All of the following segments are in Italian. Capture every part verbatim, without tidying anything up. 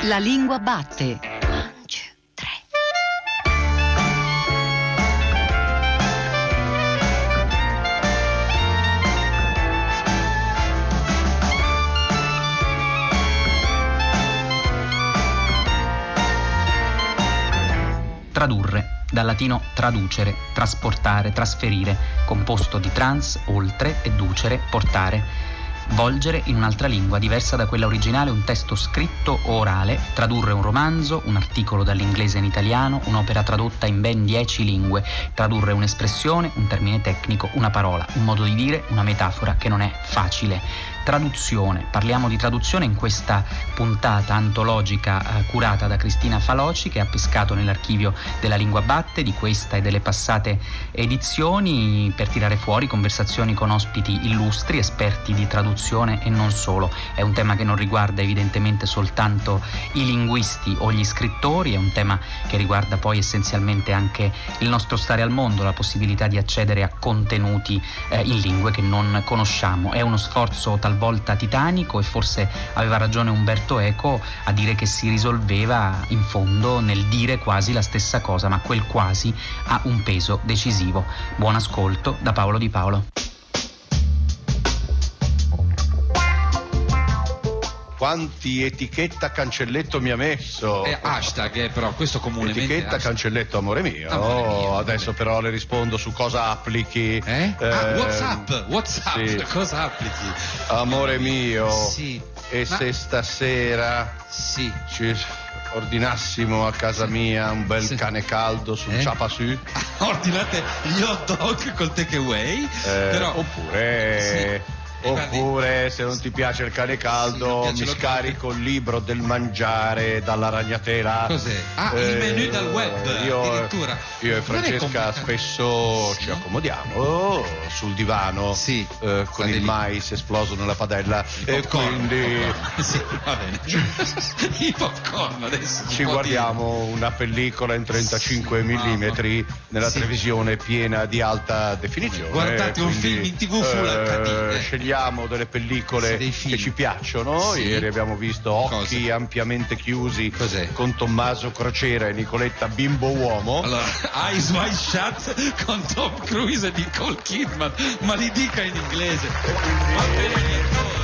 La lingua batte. One, two, three. Tradurre, dal latino traducere, trasportare, trasferire, composto di trans, oltre, e ducere, portare. Volgere in un'altra lingua diversa da quella originale un testo scritto o orale, tradurre un romanzo, un articolo dall'inglese in italiano, un'opera tradotta in ben dieci lingue, tradurre un'espressione, un termine tecnico, una parola, un modo di dire, una metafora che non è facile. Traduzione, parliamo di traduzione in questa puntata antologica eh, curata da Cristina Faloci, che ha pescato nell'archivio della Lingua Batte di questa e delle passate edizioni per tirare fuori conversazioni con ospiti illustri, esperti di traduzione e non solo. È un tema che non riguarda evidentemente soltanto i linguisti o gli scrittori, è un tema che riguarda poi essenzialmente anche il nostro stare al mondo, la possibilità di accedere a contenuti eh, in lingue che non conosciamo. È uno sforzo talvolta volta titanico, e forse aveva ragione Umberto Eco a dire che si risolveva in fondo nel dire quasi la stessa cosa, ma quel quasi ha un peso decisivo. Buon ascolto da Paolo Di Paolo. Quanti etichetta cancelletto mi ha messo? È hashtag, eh, però questo comunemente etichetta cancelletto, amore mio. Amore mio, oh, adesso vabbè. Però le rispondo su cosa applichi. Eh? Eh, ah, WhatsApp, WhatsApp, sì. Cosa applichi? Amore mio. Sì. E Ma... se stasera sì. ci ordinassimo a casa mia un bel sì. cane caldo sul eh? ciapa su? Ordinate gli hot dog col takeaway? Eh, però... Oppure... Sì. Oppure, se non ti piace il cane caldo, sì, mi scarico il libro del mangiare dalla ragnatela. Cos'è? Ah, eh, il menù dal web, io, addirittura. Io e Francesca spesso sì. ci accomodiamo oh, sul divano sì. eh, con il mais esploso nella padella. Il e popcorn, quindi popcorn. Sì, va bene. I popcorn adesso ci guardiamo dire. Una pellicola in trentacinque sì, millimetri nella sì. televisione piena di alta definizione. Guardate un quindi, film in tv full eh, H D. Scegliamo delle pellicole sì, che ci piacciono. Sì. Ieri abbiamo visto Occhi Cosa? ampiamente chiusi. Cos'è? Con Tommaso Crociera e Nicoletta Bimbo Uomo. Allora, Eyes Wide Shut con Tom Cruise e Nicole Kidman, ma li dica in inglese. Va bene.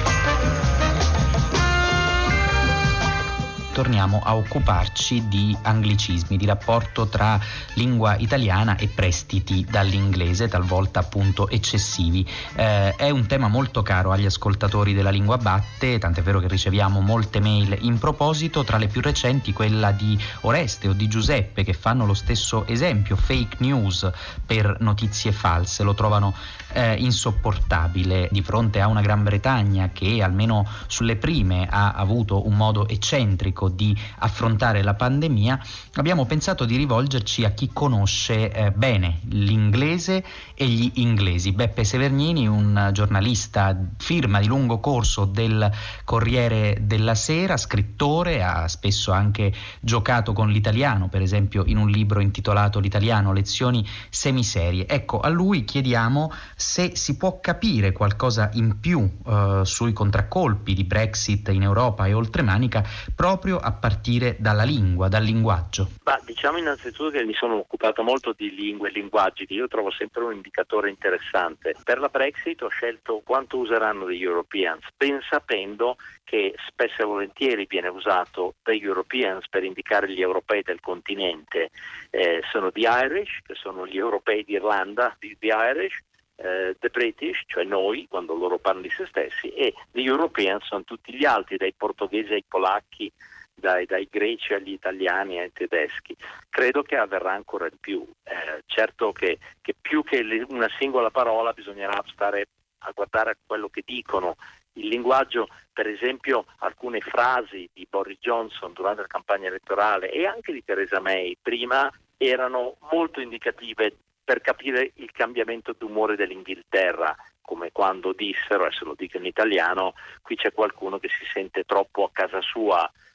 Torniamo a occuparci di anglicismi, di rapporto tra lingua italiana e prestiti dall'inglese, talvolta appunto eccessivi. Eh, è un tema molto caro agli ascoltatori della Lingua Batte, tant'è vero che riceviamo molte mail in proposito, tra le più recenti quella di Oreste o di Giuseppe, che fanno lo stesso esempio: fake news per notizie false. Lo trovano eh, insopportabile di fronte a una Gran Bretagna che almeno sulle prime ha avuto un modo eccentrico di affrontare la pandemia. Abbiamo pensato di rivolgerci a chi conosce eh, bene l'inglese e gli inglesi. Beppe Severnini, un giornalista firma di lungo corso del Corriere della Sera, scrittore, ha spesso anche giocato con l'italiano, per esempio in un libro intitolato L'italiano, lezioni semiserie. Ecco, a lui chiediamo se si può capire qualcosa in più eh, sui contraccolpi di Brexit in Europa e oltremanica proprio a partire dalla lingua, dal linguaggio. Ma diciamo innanzitutto che mi sono occupato molto di lingue e linguaggi, che io trovo sempre un indicatore interessante. Per la Brexit ho scelto quanto useranno gli Europeans, ben sapendo che spesso e volentieri viene usato the Europeans per indicare gli europei del continente. Eh, sono the Irish, che sono gli europei d'Irlanda, the, the Irish, Uh, the British, cioè noi, quando loro parlano di se stessi, e gli Europeans sono tutti gli altri, dai portoghesi ai polacchi, dai, dai greci agli italiani ai tedeschi. Credo che avverrà ancora di più. Eh, certo che, che più che le, una singola parola bisognerà stare a guardare a quello che dicono. Il linguaggio, per esempio, alcune frasi di Boris Johnson durante la campagna elettorale e anche di Theresa May prima erano molto indicative per capire il cambiamento d'umore dell'Inghilterra, come quando dissero, adesso lo dico in italiano, qui c'è qualcuno che si sente troppo a casa sua,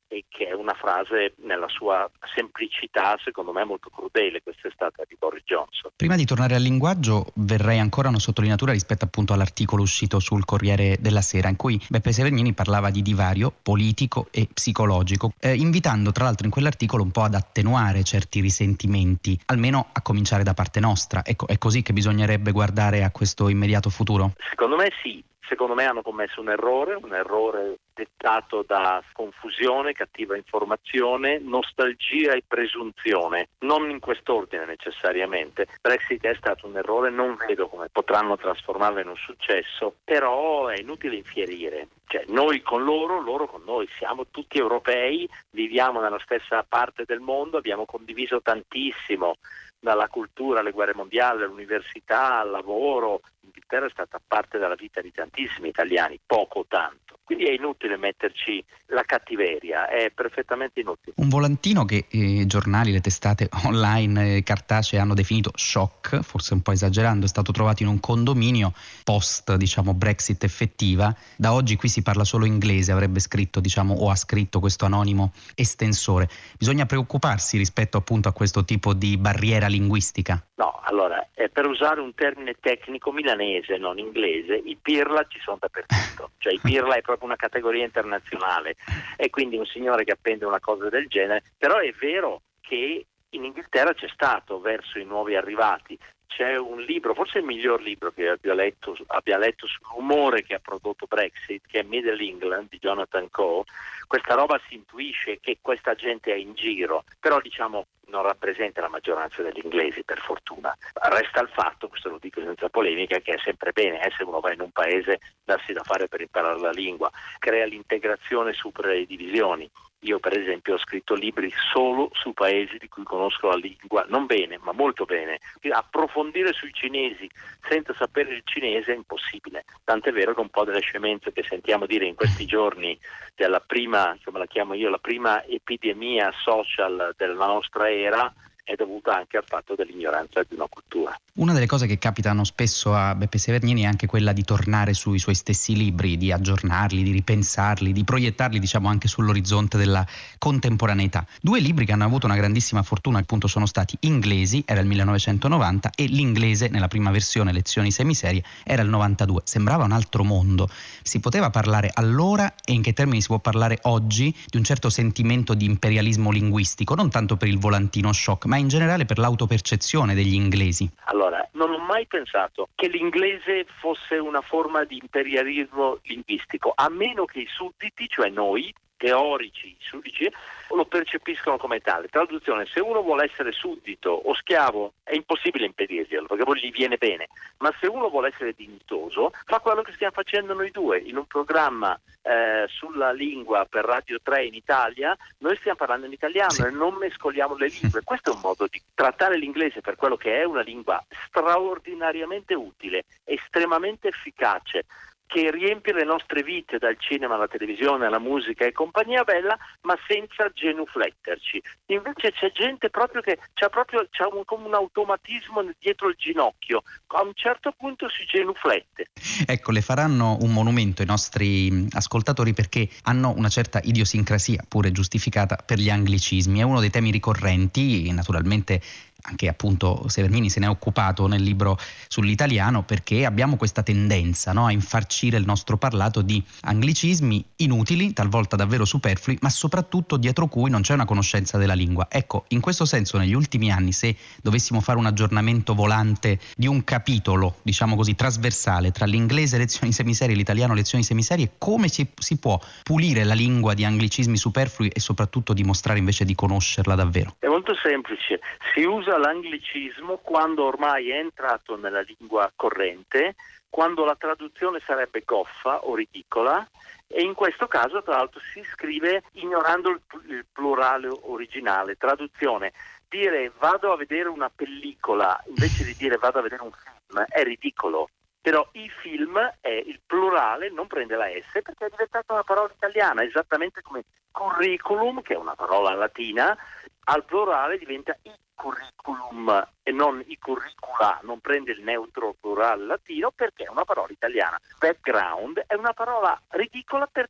e che è una frase nella sua semplicità, secondo me molto crudele quest'estate di Boris Johnson. Prima di tornare al linguaggio verrei ancora a una sottolineatura rispetto appunto all'articolo uscito sul Corriere della Sera, in cui Beppe Severgnini parlava di divario politico e psicologico, eh, invitando tra l'altro in quell'articolo un po' ad attenuare certi risentimenti, almeno a cominciare da parte nostra. Ecco, è così che bisognerebbe guardare a questo immediato futuro? Secondo me sì. Secondo me hanno commesso un errore, un errore dettato da confusione, cattiva informazione, nostalgia e presunzione, non in quest'ordine necessariamente. Brexit è stato un errore, non vedo come potranno trasformarlo in un successo, però è inutile infierire. Cioè, noi con loro, loro con noi, siamo tutti europei, viviamo nella stessa parte del mondo, abbiamo condiviso tantissimo, dalla cultura alle guerre mondiali, all'università, al lavoro. L'Inghilterra è stata parte della vita di tantissimi italiani, poco o tanto. Quindi è inutile metterci la cattiveria, è perfettamente inutile. Un volantino che i eh, giornali, le testate online, eh, cartacee hanno definito shock, forse un po' esagerando, è stato trovato in un condominio post, diciamo, Brexit effettiva. Da oggi qui si parla solo inglese, avrebbe scritto, diciamo, o ha scritto questo anonimo estensore. Bisogna preoccuparsi rispetto appunto a questo tipo di barriera linguistica? No, allora, eh, per usare un termine tecnico milanese, non inglese, i pirla ci sono dappertutto. Cioè i pirla è proprio una categoria internazionale e quindi un signore che appende una cosa del genere. Però è vero che in Inghilterra c'è stato, verso i nuovi arrivati, c'è un libro, forse il miglior libro che abbia letto, abbia letto sull'umore che ha prodotto Brexit, che è Middle England di Jonathan Coe. Questa roba si intuisce che questa gente è in giro, però diciamo non rappresenta la maggioranza degli inglesi, per fortuna. Resta il fatto, questo lo dico senza polemica, che è sempre bene eh, se uno va in un paese darsi da fare per imparare la lingua, crea l'integrazione, supera le divisioni. Io per esempio ho scritto libri solo su paesi di cui conosco la lingua, non bene, ma molto bene. Approfondire sui cinesi senza sapere il cinese è impossibile. Tant'è vero che un po' delle scemenze che sentiamo dire in questi giorni della prima, come la chiamo io, la prima epidemia social della nostra era, è dovuta anche al fatto dell'ignoranza di una cultura. Una delle cose che capitano spesso a Beppe Severgnini è anche quella di tornare sui suoi stessi libri, di aggiornarli, di ripensarli, di proiettarli, diciamo, anche sull'orizzonte della contemporaneità. Due libri che hanno avuto una grandissima fortuna, appunto, sono stati Inglesi, era il millenovecentonovanta, e L'inglese, nella prima versione, lezioni semiserie, era il novantadue. Sembrava un altro mondo. Si poteva parlare allora, e in che termini si può parlare oggi, di un certo sentimento di imperialismo linguistico, non tanto per il volantino shock, ma in generale per l'autopercezione degli inglesi? Allora, non ho mai pensato che l'inglese fosse una forma di imperialismo linguistico, a meno che i sudditi, cioè noi, teorici, sudici, lo percepiscono come tale. Traduzione: se uno vuole essere suddito o schiavo è impossibile impedirglielo, perché poi gli viene bene, ma se uno vuole essere dignitoso fa quello che stiamo facendo noi due in un programma eh, sulla lingua per Radio tre in Italia. Noi stiamo parlando in italiano sì. E non mescoliamo le lingue. Questo è un modo di trattare l'inglese per quello che è, una lingua straordinariamente utile, estremamente efficace, che riempie le nostre vite, dal cinema alla televisione alla musica e compagnia bella, ma senza genufletterci. Invece c'è gente proprio che c'ha proprio c'ha un, come un automatismo dietro il ginocchio, a un certo punto si genuflette. Ecco, le faranno un monumento i nostri ascoltatori perché hanno una certa idiosincrasia, pure giustificata, per gli anglicismi. È uno dei temi ricorrenti, naturalmente anche appunto Severgnini se ne è occupato nel libro sull'italiano, perché abbiamo questa tendenza, no, a infarcire il nostro parlato di anglicismi inutili, talvolta davvero superflui, ma soprattutto dietro cui non c'è una conoscenza della lingua. Ecco, in questo senso negli ultimi anni, se dovessimo fare un aggiornamento volante di un capitolo, diciamo così, trasversale tra l'inglese lezioni semiserie e l'italiano lezioni semiserie, come si, si può pulire la lingua di anglicismi superflui e soprattutto dimostrare invece di conoscerla davvero? È molto semplice, si usa l'anglicismo quando ormai è entrato nella lingua corrente, quando la traduzione sarebbe goffa o ridicola, e in questo caso tra l'altro si scrive ignorando il, il plurale originale. Traduzione: dire vado a vedere una pellicola invece di dire vado a vedere un film è ridicolo. Però i film è il plurale, non prende la S perché è diventata una parola italiana, esattamente come curriculum, che è una parola latina, al plurale diventa i curriculum e non i curricula, non prende il neutro plurale latino perché è una parola italiana. Background è una parola ridicola perché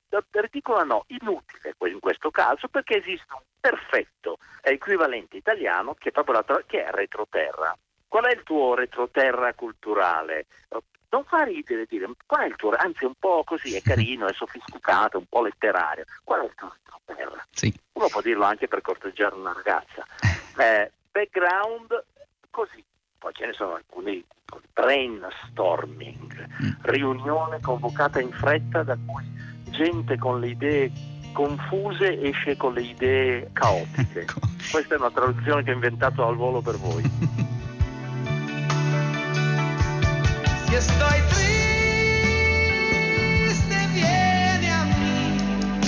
ridicola no, inutile in questo caso, perché esiste un perfetto equivalente italiano che è proprio la tra- che è retroterra. Qual è il tuo retroterra culturale? Non fa ridere dire qual è il tuo, anzi un po' così, è carino, è sofisticato, un po' letterario. Qual è il tuo retroterra? Sì. Uno può dirlo anche per corteggiare una ragazza. Eh, background così. Poi ce ne sono alcuni, brainstorming, riunione convocata in fretta da cui gente con le idee confuse esce con le idee caotiche. Questa è una traduzione che ho inventato al volo per voi. Si estoy triste, viene a mí,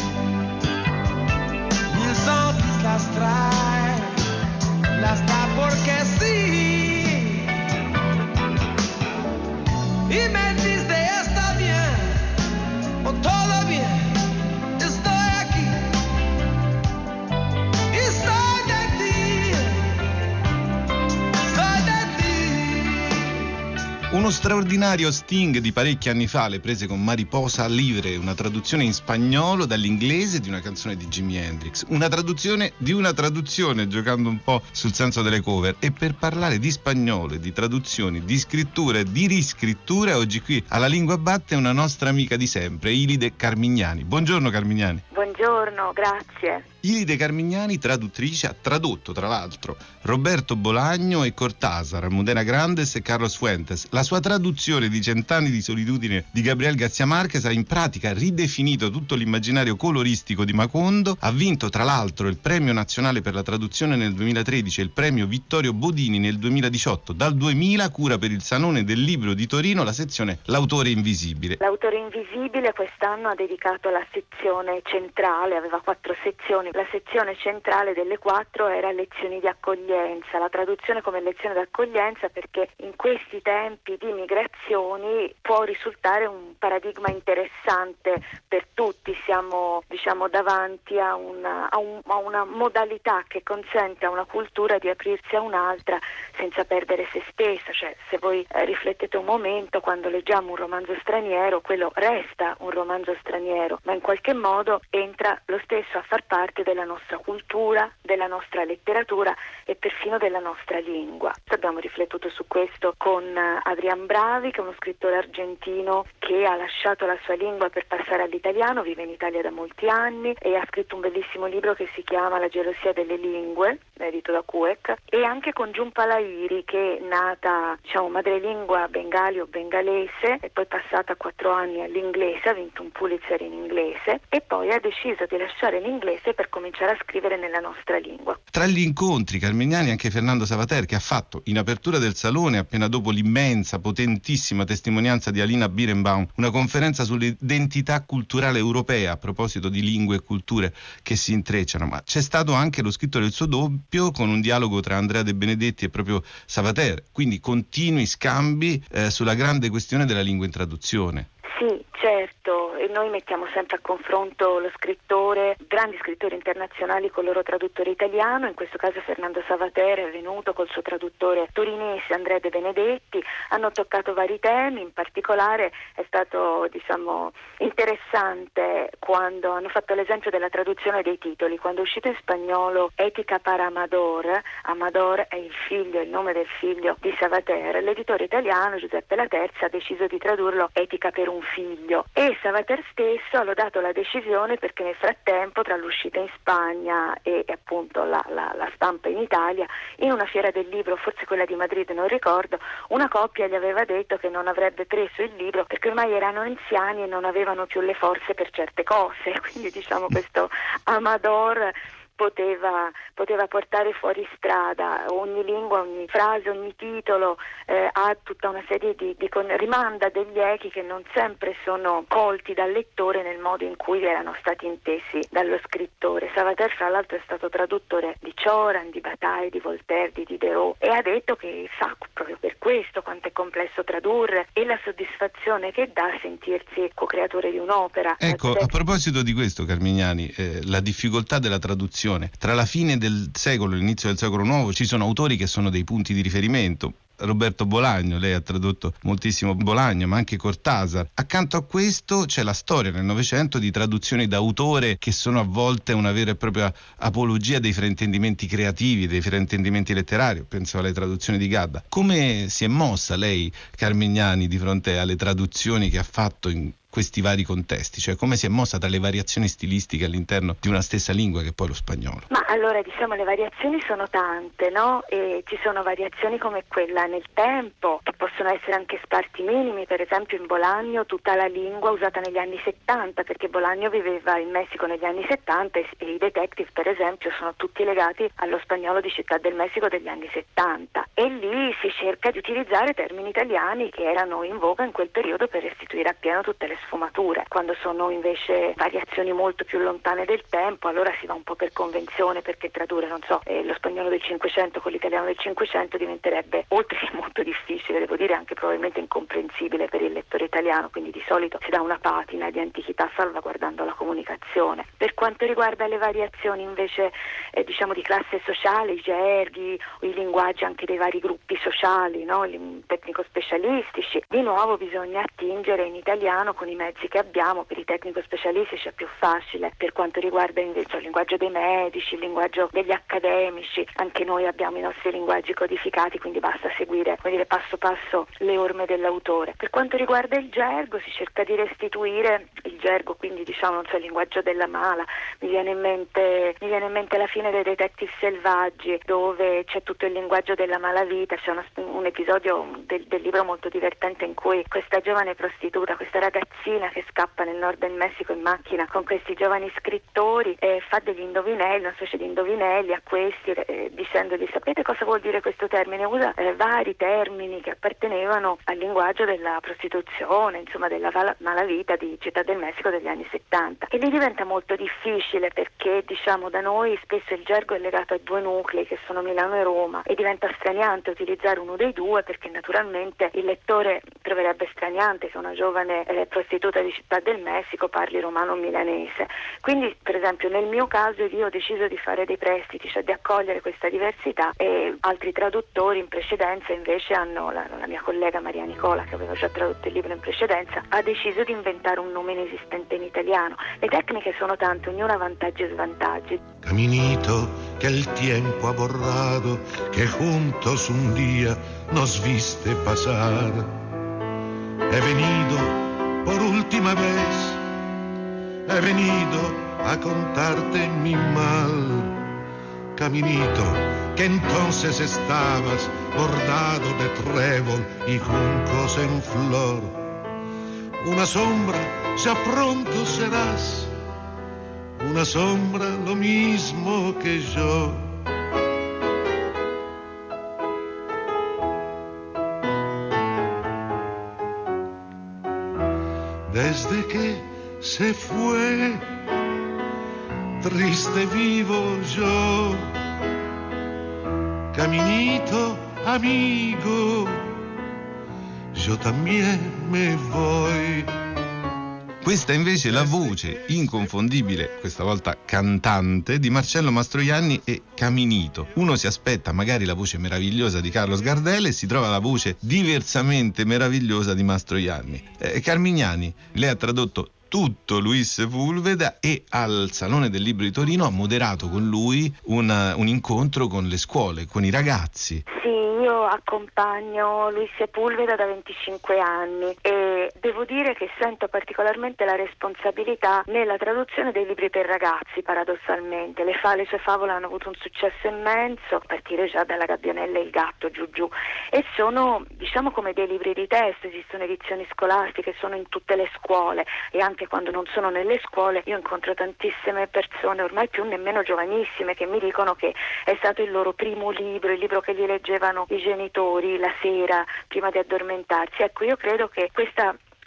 mil sonrisas trae, las da porque sí. Y me dice está bien, o todo bien, estoy aquí, y soy de ti, soy de ti. Uno straordinario Sting di parecchi anni fa le prese con Mariposa Libre, una traduzione in spagnolo dall'inglese di una canzone di Jimi Hendrix, una traduzione di una traduzione, giocando un po' sul senso delle cover. E per parlare di spagnolo, di traduzioni, di scrittura e di riscrittura, oggi qui alla Lingua Batte una nostra amica di sempre, Ilide Carmignani. Buongiorno Carmignani. Buongiorno, grazie. Ilide Carmignani, traduttrice, ha tradotto tra l'altro Roberto Bolagno e Cortázar, Almudena Grandes e Carlos Fuentes. La sua traduzione di Cent'anni di solitudine di Gabriel García Márquez ha in pratica ridefinito tutto l'immaginario coloristico di Macondo, ha vinto tra l'altro il Premio Nazionale per la Traduzione nel duemilatredici e il Premio Vittorio Bodini nel duemiladiciotto. Dal duemila cura per il Salone del Libro di Torino la sezione L'autore invisibile. L'autore invisibile quest'anno ha dedicato la sezione centrale, aveva quattro sezioni. La sezione centrale delle quattro era lezioni di accoglienza, la traduzione come lezione di accoglienza, perché in questi tempi di migrazioni può risultare un paradigma interessante per tutti. Siamo diciamo davanti a una, a, un, a una modalità che consente a una cultura di aprirsi a un'altra senza perdere se stessa. Cioè, se voi eh, riflettete un momento, quando leggiamo un romanzo straniero, quello resta un romanzo straniero, ma in qualche modo entra lo stesso a far parte della nostra cultura, della nostra letteratura e perfino della nostra lingua. Abbiamo riflettuto su questo con Adrián Bravi, che è uno scrittore argentino che ha lasciato la sua lingua per passare all'italiano, vive in Italia da molti anni e ha scritto un bellissimo libro che si chiama La gelosia delle lingue, edito da Cuec, e anche con Jhumpa Lahiri, che è nata diciamo madrelingua bengali o bengalese e poi passata quattro anni all'inglese, ha vinto un Pulitzer in inglese e poi ha deciso di lasciare l'inglese per cominciare a scrivere nella nostra lingua. Tra gli incontri Carmignani anche Fernando Savater, che ha fatto in apertura del Salone, appena dopo l'immensa, potentissima testimonianza di Alina Birenbaum, una conferenza sull'identità culturale europea a proposito di lingue e culture che si intrecciano. Ma c'è stato anche lo scrittore Il suo doppio, con un dialogo tra Andrea De Benedetti e proprio Savater, quindi continui scambi eh, sulla grande questione della lingua in traduzione. Sì, certo, e noi mettiamo sempre a confronto lo scrittore, grandi scrittori internazionali con il loro traduttore italiano, in questo caso Fernando Savater è venuto col suo traduttore torinese Andrea De Benedetti, hanno toccato vari temi, in particolare è stato diciamo interessante quando hanno fatto l'esempio della traduzione dei titoli. Quando è uscito in spagnolo Etica para Amador, Amador è il figlio, il nome del figlio di Savater, l'editore italiano Giuseppe Laterza ha deciso di tradurlo Etica per un figlio e Savater stesso ha lodato la decisione perché nel frattempo, tra l'uscita in Spagna e, e appunto la, la, la stampa in Italia, in una fiera del libro, forse quella di Madrid non ricordo, una coppia gli aveva detto che non avrebbe preso il libro perché ormai erano anziani e non avevano più le forze per certe cose, quindi diciamo questo Amador Poteva, poteva portare fuori strada ogni lingua, ogni frase, ogni titolo eh, ha tutta una serie di, di con, rimanda degli echi che non sempre sono colti dal lettore nel modo in cui erano stati intesi dallo scrittore. Savater fra l'altro è stato traduttore di Cioran, di Bataille, di Voltaire, di Diderot e ha detto che sa proprio per questo quanto è complesso tradurre e la soddisfazione che dà sentirsi co-creatore di un'opera. Ecco, a proposito di questo Carmignani, eh, la difficoltà della traduzione. Tra la fine del secolo e l'inizio del secolo nuovo ci sono autori che sono dei punti di riferimento. Roberto Bolaño, lei ha tradotto moltissimo Bolaño, ma anche Cortázar. Accanto a questo c'è la storia nel Novecento di traduzioni d'autore che sono a volte una vera e propria apologia dei fraintendimenti creativi, dei fraintendimenti letterari. Penso alle traduzioni di Gadda. Come si è mossa lei, Carmignani, di fronte alle traduzioni che ha fatto in questi vari contesti, cioè come si è mossa tra le variazioni stilistiche all'interno di una stessa lingua che è poi lo spagnolo? Ma allora diciamo le variazioni sono tante, no? E ci sono variazioni come quella nel tempo, che possono essere anche sparti minimi, per esempio in Bolaño tutta la lingua usata negli anni settanta, perché Bolaño viveva in Messico negli anni settanta e, e i detective per esempio sono tutti legati allo spagnolo di Città del Messico degli anni settanta, e lì si cerca di utilizzare termini italiani che erano in voga in quel periodo per restituire appieno tutte le sfumature. Quando sono invece variazioni molto più lontane del tempo, allora si va un po' per convenzione, perché tradurre, non so, eh, lo spagnolo del Cinquecento con l'italiano del Cinquecento diventerebbe, oltre che molto difficile, devo dire anche probabilmente incomprensibile per il lettore italiano, quindi di solito si dà una patina di antichità salvaguardando la comunicazione. Per quanto riguarda le variazioni invece eh, diciamo di classe sociale, i gerghi o i linguaggi anche dei vari gruppi sociali, no? Tecnico-specialistici, di nuovo bisogna attingere in italiano con i mezzi che abbiamo. Per i tecnico-specialistici è più facile, per quanto riguarda invece il linguaggio dei medici, il linguaggio degli accademici, anche noi abbiamo i nostri linguaggi codificati, quindi basta seguire, come dire, passo passo le orme dell'autore. Per quanto riguarda il gergo, si cerca di restituire il gergo, quindi diciamo, non so, il linguaggio della mala. Mi viene in mente, mi viene in mente la fine dei Detective Selvaggi, dove c'è tutto il linguaggio della malavita. C'è una, un episodio del, del libro molto divertente in cui questa giovane prostituta, questa ragazzina che scappa nel nord del Messico in macchina con questi giovani scrittori, eh, fa degli indovinelli, una specie di indovinelli a questi, eh, dicendogli: sapete cosa vuol dire questo termine? Usa eh, vari termini che appartenevano al linguaggio della prostituzione, insomma della val- malavita di Città del Messico degli anni settanta. E lì diventa molto difficile, perché diciamo da noi spesso il gergo è legato a due nuclei che sono Milano e Roma, e diventa straniante utilizzare uno dei due, perché naturalmente il lettore troverebbe straniante che una giovane eh, prostituta di Città del Messico parli romano o milanese. Quindi per esempio nel mio caso io ho deciso di fare dei prestiti, cioè di accogliere questa diversità, e altri traduttori in precedenza invece hanno, la, la mia collega Maria Nicola, che aveva già tradotto il libro in precedenza, ha deciso di inventare un nome inesistente in italiano. Le tecniche sono tante, ognuna ha vantaggi e svantaggi. Caminito que el tiempo ha borrado, que juntos un día nos viste pasar. He venido por última vez, he venido a contarte mi mal. Caminito, que entonces estabas bordado de trébol y juncos en flor. Una sombra, ya pronto serás, una sombra lo mismo que yo. Desde que se fue, triste vivo yo. Caminito, amigo, yo también me voy. Questa invece è la voce inconfondibile, questa volta cantante, di Marcello Mastroianni e Caminito. Uno si aspetta magari la voce meravigliosa di Carlos Gardel e si trova la voce diversamente meravigliosa di Mastroianni. Eh, Carmignani, lei ha tradotto tutto Luis Sepulveda e al Salone del Libro di Torino ha moderato con lui una, un incontro con le scuole, con i ragazzi. Sì, io accompagno Luis Sepulveda da venticinque anni e devo dire che sento particolarmente la responsabilità nella traduzione dei libri per ragazzi, paradossalmente. Le, fa, le sue favole hanno avuto un successo immenso, a partire già dalla Gabbianella e il gatto giù giù, e sono, diciamo, come dei libri di testo. Esistono edizioni scolastiche, sono in tutte le scuole, e anche quando non sono nelle scuole io incontro tantissime persone, ormai più nemmeno giovanissime, che mi dicono che è stato il loro primo libro, il libro che gli leggevano i genitori la sera prima di addormentarsi. Ecco, io credo che questa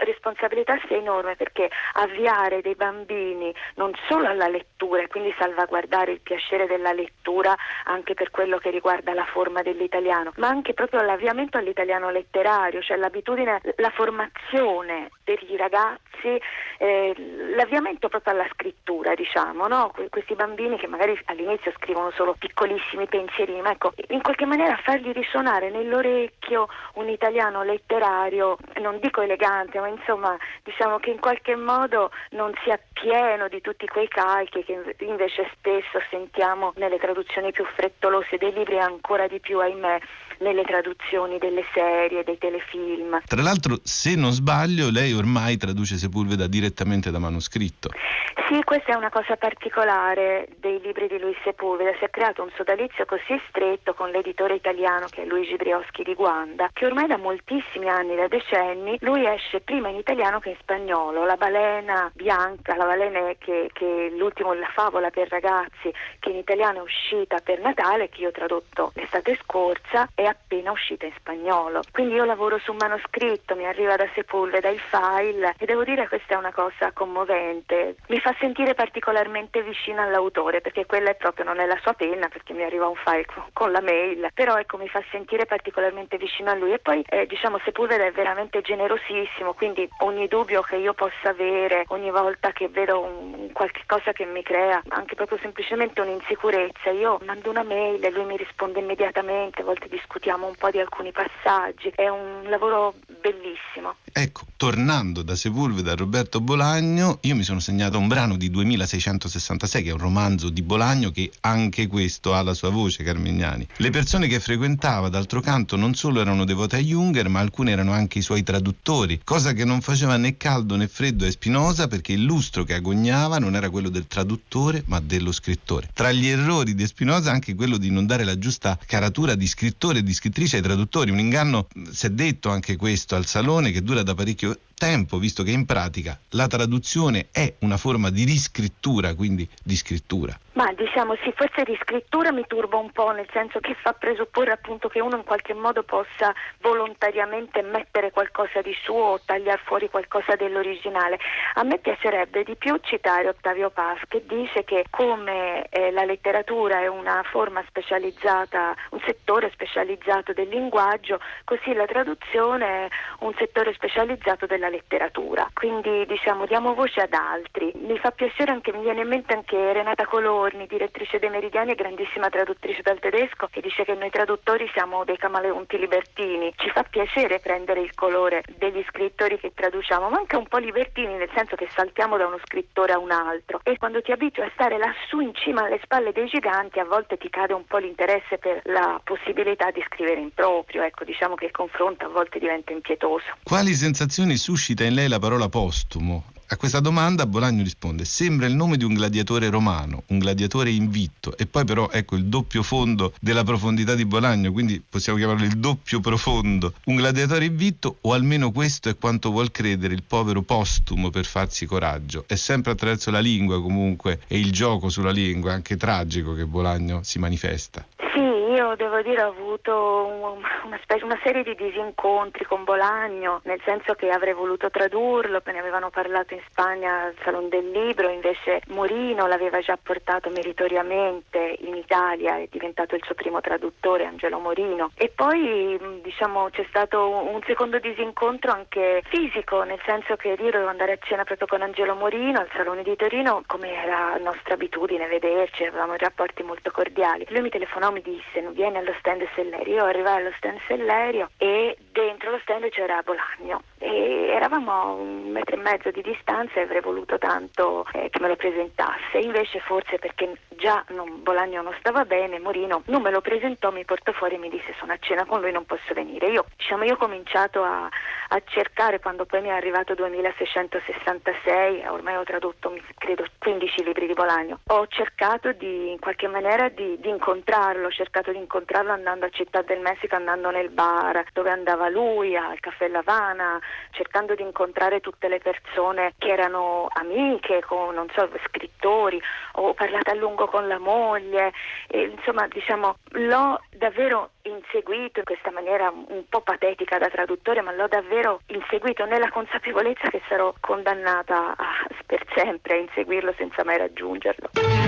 responsabilità sia enorme, perché avviare dei bambini non solo alla lettura e quindi salvaguardare il piacere della lettura anche per quello che riguarda la forma dell'italiano, ma anche proprio l'avviamento all'italiano letterario, cioè l'abitudine, la formazione degli ragazzi, eh, l'avviamento proprio alla scrittura, diciamo, no? Questi bambini che magari all'inizio scrivono solo piccolissimi pensierini, ma ecco, in qualche maniera fargli risuonare nell'orecchio un italiano letterario, non dico elegante, ma insomma diciamo che in qualche modo non sia pieno di tutti quei calchi che invece spesso sentiamo nelle traduzioni più frettolose dei libri, e ancora di più, ahimè, nelle traduzioni delle serie, dei telefilm. Tra l'altro, se non sbaglio, lei ormai traduce Sepulveda direttamente da manoscritto. Sì, questa è una cosa particolare dei libri di Luis Sepulveda. Si è creato un sodalizio così stretto con l'editore italiano, che è Luigi Brioschi di Guanda, che ormai da moltissimi anni, da decenni, lui esce prima in italiano che in spagnolo. La balena bianca, la balena che, che l'ultimo, la favola per ragazzi, che in italiano è uscita per Natale, che io ho tradotto l'estate scorsa, è appena uscita in spagnolo. Quindi io lavoro su manoscritto, mi arriva da Sepulveda il file, e devo dire che questa è una cosa commovente. Mi fa sentire particolarmente vicina all'autore, perché quella è proprio, non è la sua penna, perché mi arriva un file con, con la mail, però ecco, mi fa sentire particolarmente vicino a lui. E poi eh, diciamo Sepulveda è veramente generosissimo, quindi ogni dubbio che io possa avere, ogni volta che vedo un, qualche cosa che mi crea anche proprio semplicemente un'insicurezza, io mando una mail e lui mi risponde immediatamente, a volte discutiamo un po' di alcuni passaggi, è un lavoro bellissimo. Ecco, tornando da Sepulveda a Roberto Bolagno, io mi sono segnato un brano di duemilaseicentosessantasei, che è un romanzo di Bolagno, che anche questo ha la sua voce, Carmignani. Le persone che frequentava, d'altro canto, non solo erano devote a Junger, ma alcune erano anche i suoi traduttori, cosa che non faceva né caldo né freddo a Spinoza, perché il lustro che agognava non era quello del traduttore, ma dello scrittore. Tra gli errori di Spinoza anche quello di non dare la giusta caratura di scrittore e di scrittrice ai traduttori, un inganno, si è detto anche questo al Salone, che dura da parecchio tempo, visto che in pratica la traduzione è una forma di riscrittura, quindi di scrittura. Ma diciamo sì, forse di scrittura mi turba un po', nel senso che fa presupporre appunto che uno in qualche modo possa volontariamente mettere qualcosa di suo o tagliare fuori qualcosa dell'originale. A me piacerebbe di più citare Ottavio Paz, che dice che come eh, la letteratura è una forma specializzata, un settore specializzato del linguaggio, così la traduzione è un settore specializzato della letteratura. Quindi diciamo diamo voce ad altri. Mi fa piacere anche, mi viene in mente anche Renata Colorni, direttrice dei Meridiani e grandissima traduttrice dal tedesco, che dice che noi traduttori siamo dei camaleonti libertini. Ci fa piacere prendere il colore degli scrittori che traduciamo, ma anche un po' libertini, nel senso che saltiamo da uno scrittore a un altro, e quando ti abitui a stare lassù in cima alle spalle dei giganti, a volte ti cade un po' l'interesse per la possibilità di scrivere in proprio. Ecco, diciamo che il confronto a volte diventa impietoso. Quali sensazioni suscita in lei la parola postumo? A questa domanda Bolagno risponde: sembra il nome di un gladiatore romano, un gladiatore invitto. E poi però ecco il doppio fondo della profondità di Bolagno, quindi possiamo chiamarlo il doppio profondo. Un gladiatore invitto, o almeno questo è quanto vuol credere il povero Postumo per farsi coraggio. È sempre attraverso la lingua comunque, e il gioco sulla lingua, anche tragico, che Bolagno si manifesta. Sì, io devo dire ho avuto una, specie, una serie di disincontri con Bolagno, nel senso che avrei voluto tradurlo, me ne avevano parlato in Spagna al Salone del Libro, invece Morino l'aveva già portato meritoriamente in Italia, è diventato il suo primo traduttore, Angelo Morino. E poi diciamo c'è stato un secondo disincontro anche fisico, nel senso che io dovevo andare a cena proprio con Angelo Morino al Salone di Torino, come era nostra abitudine vederci, avevamo rapporti molto cordiali. Lui mi telefonò, mi disse: non vieni allo stand Sellerio. Io arrivai allo stand Sellerio e dentro lo stand c'era Bolagno e eravamo a un metro e mezzo di distanza e avrei voluto tanto eh, che me lo presentasse. Invece forse perché già non, Bolagno non stava bene, Morino non me lo presentò, mi portò fuori e mi disse: sono a cena con lui, non posso venire. Io diciamo io ho cominciato a, a cercare, quando poi mi è arrivato duemilaseicentosessantasei, ormai ho tradotto credo quindici libri di Bolagno, ho cercato di in qualche maniera di, di incontrarlo, ho cercato di incontrarlo andando a Città del Messico, andando nel bar dove andava lui, al Caffè L'Havana, cercando di incontrare tutte le persone che erano amiche, con, non so, scrittori genitori, ho parlato a lungo con la moglie, e, insomma, diciamo, l'ho davvero inseguito in questa maniera un po' patetica da traduttore, ma l'ho davvero inseguito nella consapevolezza che sarò condannata a, per sempre a inseguirlo senza mai raggiungerlo.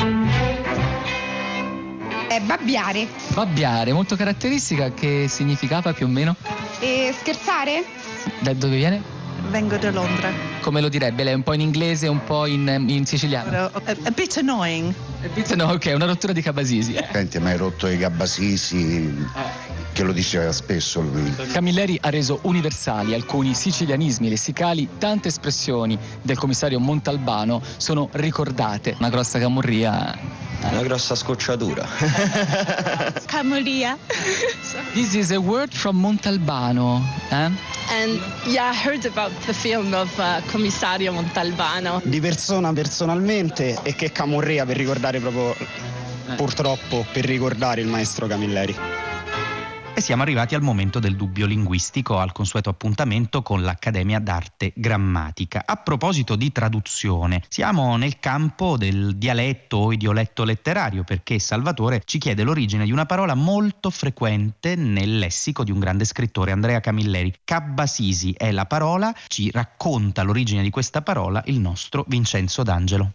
È babbiare. Babbiare, molto caratteristica, che significava più o meno? E scherzare? Da dove viene? Vengo da Londra. Come lo direbbe lei? Un po' in inglese, un po' in, in siciliano? A, a bit annoying. A bit no, ok, una rottura di Cabasisi. Eh. Senti, ma hai rotto i Cabasisi, che lo diceva spesso lui. Camilleri ha reso universali alcuni sicilianismi lessicali, tante espressioni del commissario Montalbano sono ricordate. Una grossa camurria. Una grossa scocciatura. Camurria. This is a word from Montalbano. Eh? And yeah, I heard about the film of uh, Commissario Montalbano. Di persona personalmente, e che camurria per ricordare proprio, eh. purtroppo, per ricordare il maestro Camilleri. E siamo arrivati al momento del dubbio linguistico, al consueto appuntamento con l'Accademia d'Arte Grammatica. A proposito di traduzione, siamo nel campo del dialetto o idioletto letterario, perché Salvatore ci chiede l'origine di una parola molto frequente nel lessico di un grande scrittore, Andrea Camilleri. Cabasisi è la parola, ci racconta l'origine di questa parola il nostro Vincenzo D'Angelo.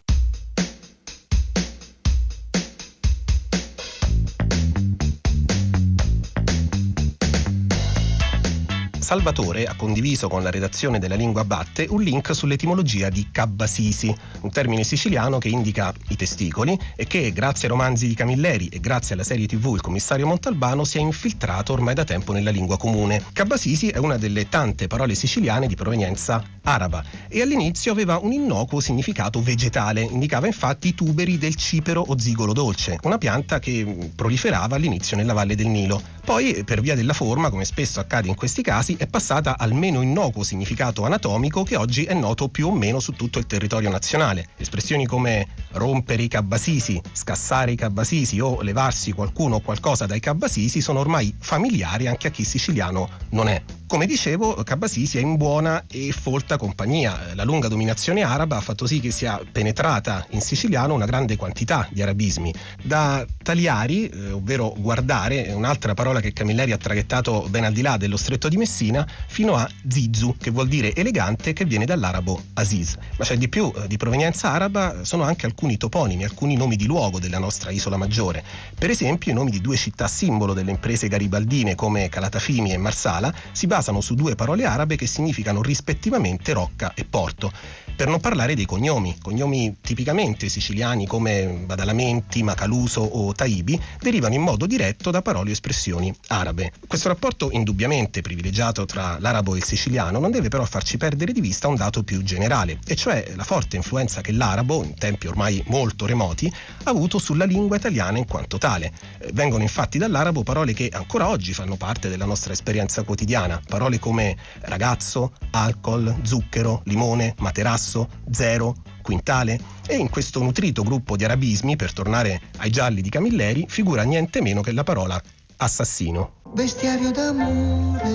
Salvatore ha condiviso con la redazione della Lingua Batte un link sull'etimologia di Cabasisi, un termine siciliano che indica i testicoli e che, grazie ai romanzi di Camilleri e grazie alla serie tivù Il commissario Montalbano, si è infiltrato ormai da tempo nella lingua comune. Cabasisi è una delle tante parole siciliane di provenienza araba e all'inizio aveva un innocuo significato vegetale, indicava infatti i tuberi del cipero o zigolo dolce, una pianta che proliferava all'inizio nella valle del Nilo. Poi, per via della forma, come spesso accade in questi casi, è passata al meno innocuo significato anatomico che oggi è noto più o meno su tutto il territorio nazionale. Espressioni come rompere i Cabasisi, scassare i Cabasisi o levarsi qualcuno o qualcosa dai Cabasisi sono ormai familiari anche a chi siciliano non è. Come dicevo, Cabasisi è in buona e folta compagnia. La lunga dominazione araba ha fatto sì che sia penetrata in siciliano una grande quantità di arabismi. Da taliari, eh, ovvero guardare, un'altra parola che Camilleri ha traghettato ben al di là dello stretto di Messina, fino a zizu, che vuol dire elegante, che viene dall'arabo aziz. Ma c'è di più, eh, di provenienza araba sono anche alcuni toponimi, alcuni nomi di luogo della nostra isola maggiore. Per esempio, i nomi di due città simbolo delle imprese garibaldine come Calatafimi e Marsala si basano su due parole arabe che significano rispettivamente rocca e porto. Per non parlare dei cognomi, cognomi tipicamente siciliani come Badalamenti, Macaluso o Taibi, derivano in modo diretto da parole o espressioni arabe. Questo rapporto indubbiamente privilegiato tra l'arabo e il siciliano non deve però farci perdere di vista un dato più generale, e cioè la forte influenza che l'arabo, in tempi ormai molto remoti, ha avuto sulla lingua italiana in quanto tale. Vengono infatti dall'arabo parole che ancora oggi fanno parte della nostra esperienza quotidiana, parole come ragazzo, alcol, zucchero, limone, materasso, zero, quintale, e in questo nutrito gruppo di arabismi, per tornare ai gialli di Camilleri, figura niente meno che la parola assassino. Bestiario d'amore,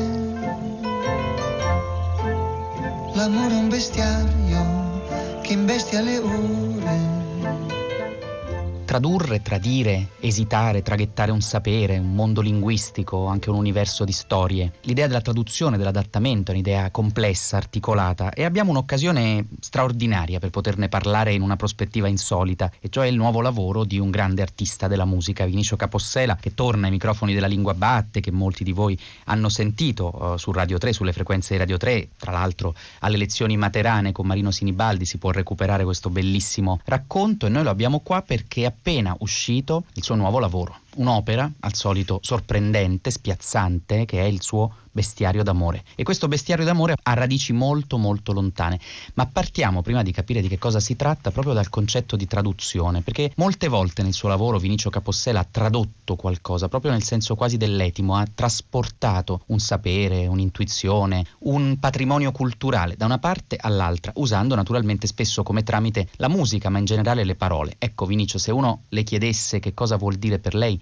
l'amore è un bestiario che imbestia le ore. Tradurre, tradire, esitare, traghettare un sapere, un mondo linguistico, anche un universo di storie. L'idea della traduzione, dell'adattamento è un'idea complessa, articolata, e abbiamo un'occasione straordinaria per poterne parlare in una prospettiva insolita, e cioè il nuovo lavoro di un grande artista della musica, Vinicio Capossela, che torna ai microfoni della Lingua Batte, che molti di voi hanno sentito uh, su Radio tre, sulle frequenze di Radio tre. Tra l'altro alle lezioni materane con Marino Sinibaldi si può recuperare questo bellissimo racconto, e noi lo abbiamo qua perché è appena uscito il suo nuovo lavoro, un'opera al solito sorprendente, spiazzante, che è il suo Bestiario d'amore. E questo Bestiario d'amore ha radici molto molto lontane, ma partiamo, prima di capire di che cosa si tratta, proprio dal concetto di traduzione, perché molte volte nel suo lavoro Vinicio Capossela ha tradotto qualcosa, proprio nel senso quasi dell'etimo, ha trasportato un sapere, un'intuizione, un patrimonio culturale da una parte all'altra, usando naturalmente spesso come tramite la musica, ma in generale le parole. Ecco, Vinicio, se uno le chiedesse che cosa vuol dire per lei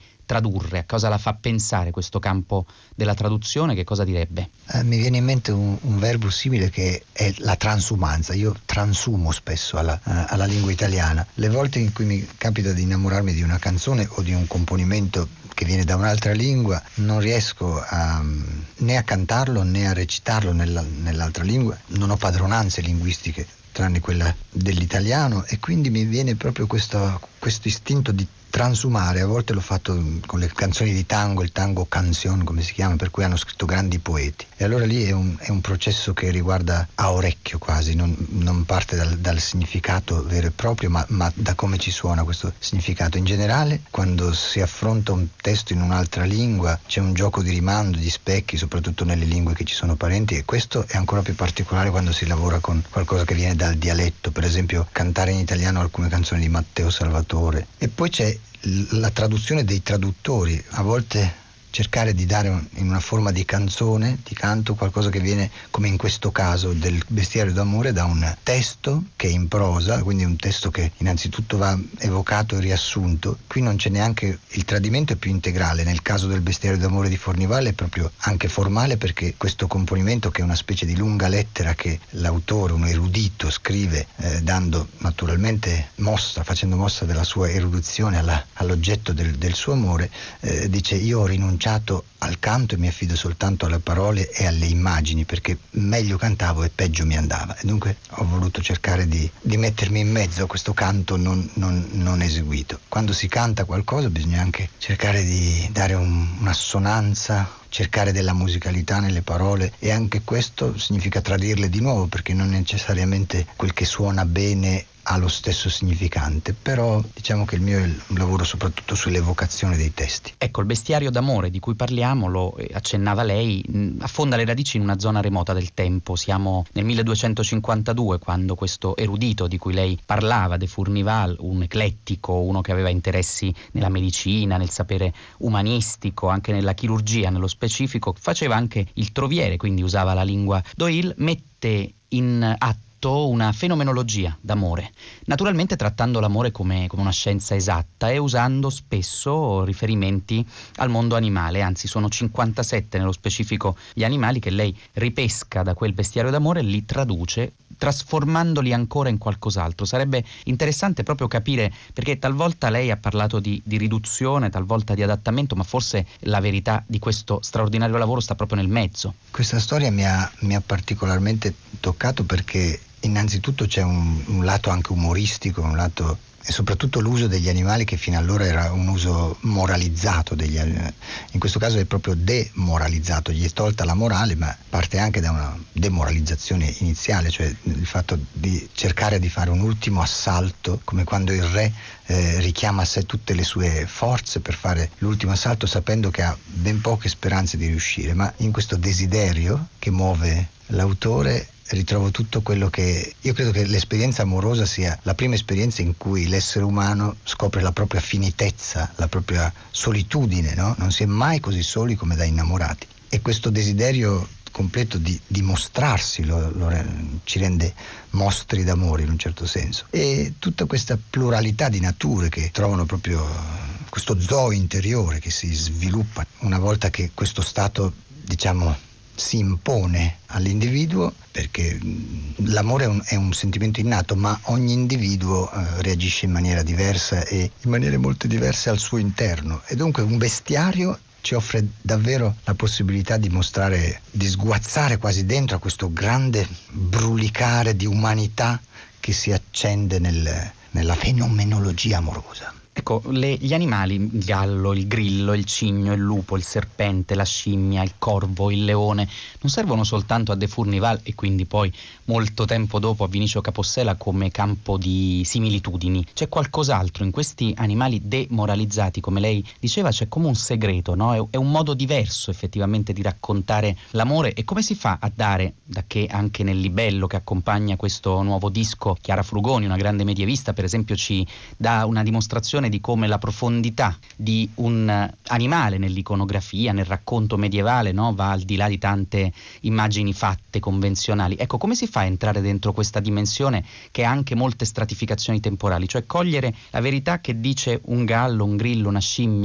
tradurre? A cosa la fa pensare questo campo della traduzione? Che cosa direbbe? Eh, mi viene in mente un, un verbo simile che è la transumanza. Io transumo spesso alla, uh, alla lingua italiana. Le volte in cui mi capita di innamorarmi di una canzone o di un componimento che viene da un'altra lingua, non riesco a, né a cantarlo né a recitarlo nella, nell'altra lingua. Non ho padronanze linguistiche tranne quella dell'italiano, e quindi mi viene proprio questo, questo istinto di transumare. A volte l'ho fatto con le canzoni di tango, il tango canción come si chiama, per cui hanno scritto grandi poeti, e allora lì è un, è un processo che riguarda a orecchio quasi, non, non parte dal, dal significato vero e proprio, ma, ma da come ci suona questo significato. In generale, quando si affronta un testo in un'altra lingua c'è un gioco di rimando, di specchi, soprattutto nelle lingue che ci sono parenti, e questo è ancora più particolare quando si lavora con qualcosa che viene dal dialetto, per esempio cantare in italiano alcune canzoni di Matteo Salvatore. E poi c'è la traduzione dei traduttori, a volte cercare di dare un, in una forma di canzone, di canto, qualcosa che viene, come in questo caso del Bestiario d'amore, da un testo che è in prosa, quindi un testo che innanzitutto va evocato e riassunto. Qui non c'è neanche, il tradimento è più integrale. Nel caso del Bestiario d'amore di Fornival è proprio anche formale, perché questo componimento, che è una specie di lunga lettera che l'autore, un erudito, scrive eh, dando naturalmente mossa, facendo mossa della sua erudizione alla, all'oggetto del, del suo amore, eh, dice: io ho rinunciato al canto e mi affido soltanto alle parole e alle immagini, perché meglio cantavo e peggio mi andava. E dunque ho voluto cercare di, di mettermi in mezzo a questo canto non, non, non eseguito. Quando si canta qualcosa bisogna anche cercare di dare un, un'assonanza, cercare della musicalità nelle parole, e anche questo significa tradirle di nuovo, perché non necessariamente quel che suona bene ha lo stesso significante, però diciamo che il mio è un lavoro soprattutto sull'evocazione dei testi. Ecco, il Bestiario d'amore di cui parliamo, lo accennava lei, affonda le radici in una zona remota del tempo. Siamo nel milleduecentocinquantadue, quando questo erudito di cui lei parlava, de Fournival, un eclettico, uno che aveva interessi nella medicina, nel sapere umanistico, anche nella chirurgia nello specifico, faceva anche il troviere, quindi usava la lingua d'Oïl, mette in atto una fenomenologia d'amore, naturalmente trattando l'amore come, come una scienza esatta e usando spesso riferimenti al mondo animale. Anzi, sono cinquantasette nello specifico gli animali che lei ripesca da quel Bestiario d'amore e li traduce, trasformandoli ancora in qualcos'altro. Sarebbe interessante proprio capire, perché talvolta lei ha parlato di, di riduzione, talvolta di adattamento, ma forse la verità di questo straordinario lavoro sta proprio nel mezzo. Questa storia mi ha, mi ha particolarmente toccato, perché innanzitutto c'è un, un lato anche umoristico, un lato, e soprattutto l'uso degli animali, che fino allora era un uso moralizzato degli animali. In questo caso è proprio demoralizzato, gli è tolta la morale, ma parte anche da una demoralizzazione iniziale, cioè il fatto di cercare di fare un ultimo assalto, come quando il re eh, richiama a sé tutte le sue forze per fare l'ultimo assalto, sapendo che ha ben poche speranze di riuscire. Ma in questo desiderio che muove l'autore ritrovo tutto quello che io credo che l'esperienza amorosa sia la prima esperienza in cui l'essere umano scopre la propria finitezza, la propria solitudine, no? Non si è mai così soli come da innamorati, e questo desiderio completo di, di mostrarsi lo, lo, ci rende mostri d'amore in un certo senso, e tutta questa pluralità di nature che trovano proprio questo zoo interiore che si sviluppa una volta che questo stato, diciamo, si impone all'individuo, perché l'amore è un, è un sentimento innato, ma ogni individuo eh, reagisce in maniera diversa e in maniere molto diverse al suo interno, e dunque un bestiario ci offre davvero la possibilità di mostrare, di sguazzare quasi dentro a questo grande brulicare di umanità che si accende nel, nella fenomenologia amorosa. Ecco, le, gli animali, il gallo, il grillo, il cigno, il lupo, il serpente, la scimmia, il corvo, il leone, non servono soltanto a de Fournival e quindi poi molto tempo dopo a Vinicio Capossela come campo di similitudini. C'è qualcos'altro in questi animali demoralizzati, come lei diceva, c'è come un segreto, no? È, è un modo diverso effettivamente di raccontare l'amore. E come si fa a dare, da che anche nel libello che accompagna questo nuovo disco, Chiara Frugoni, una grande medievista per esempio, ci dà una dimostrazione di come la profondità di un animale nell'iconografia, nel racconto medievale, no, va al di là di tante immagini fatte convenzionali. Ecco, come si fa a entrare dentro questa dimensione che ha anche molte stratificazioni temporali, cioè cogliere la verità che dice un gallo, un grillo, una scimmia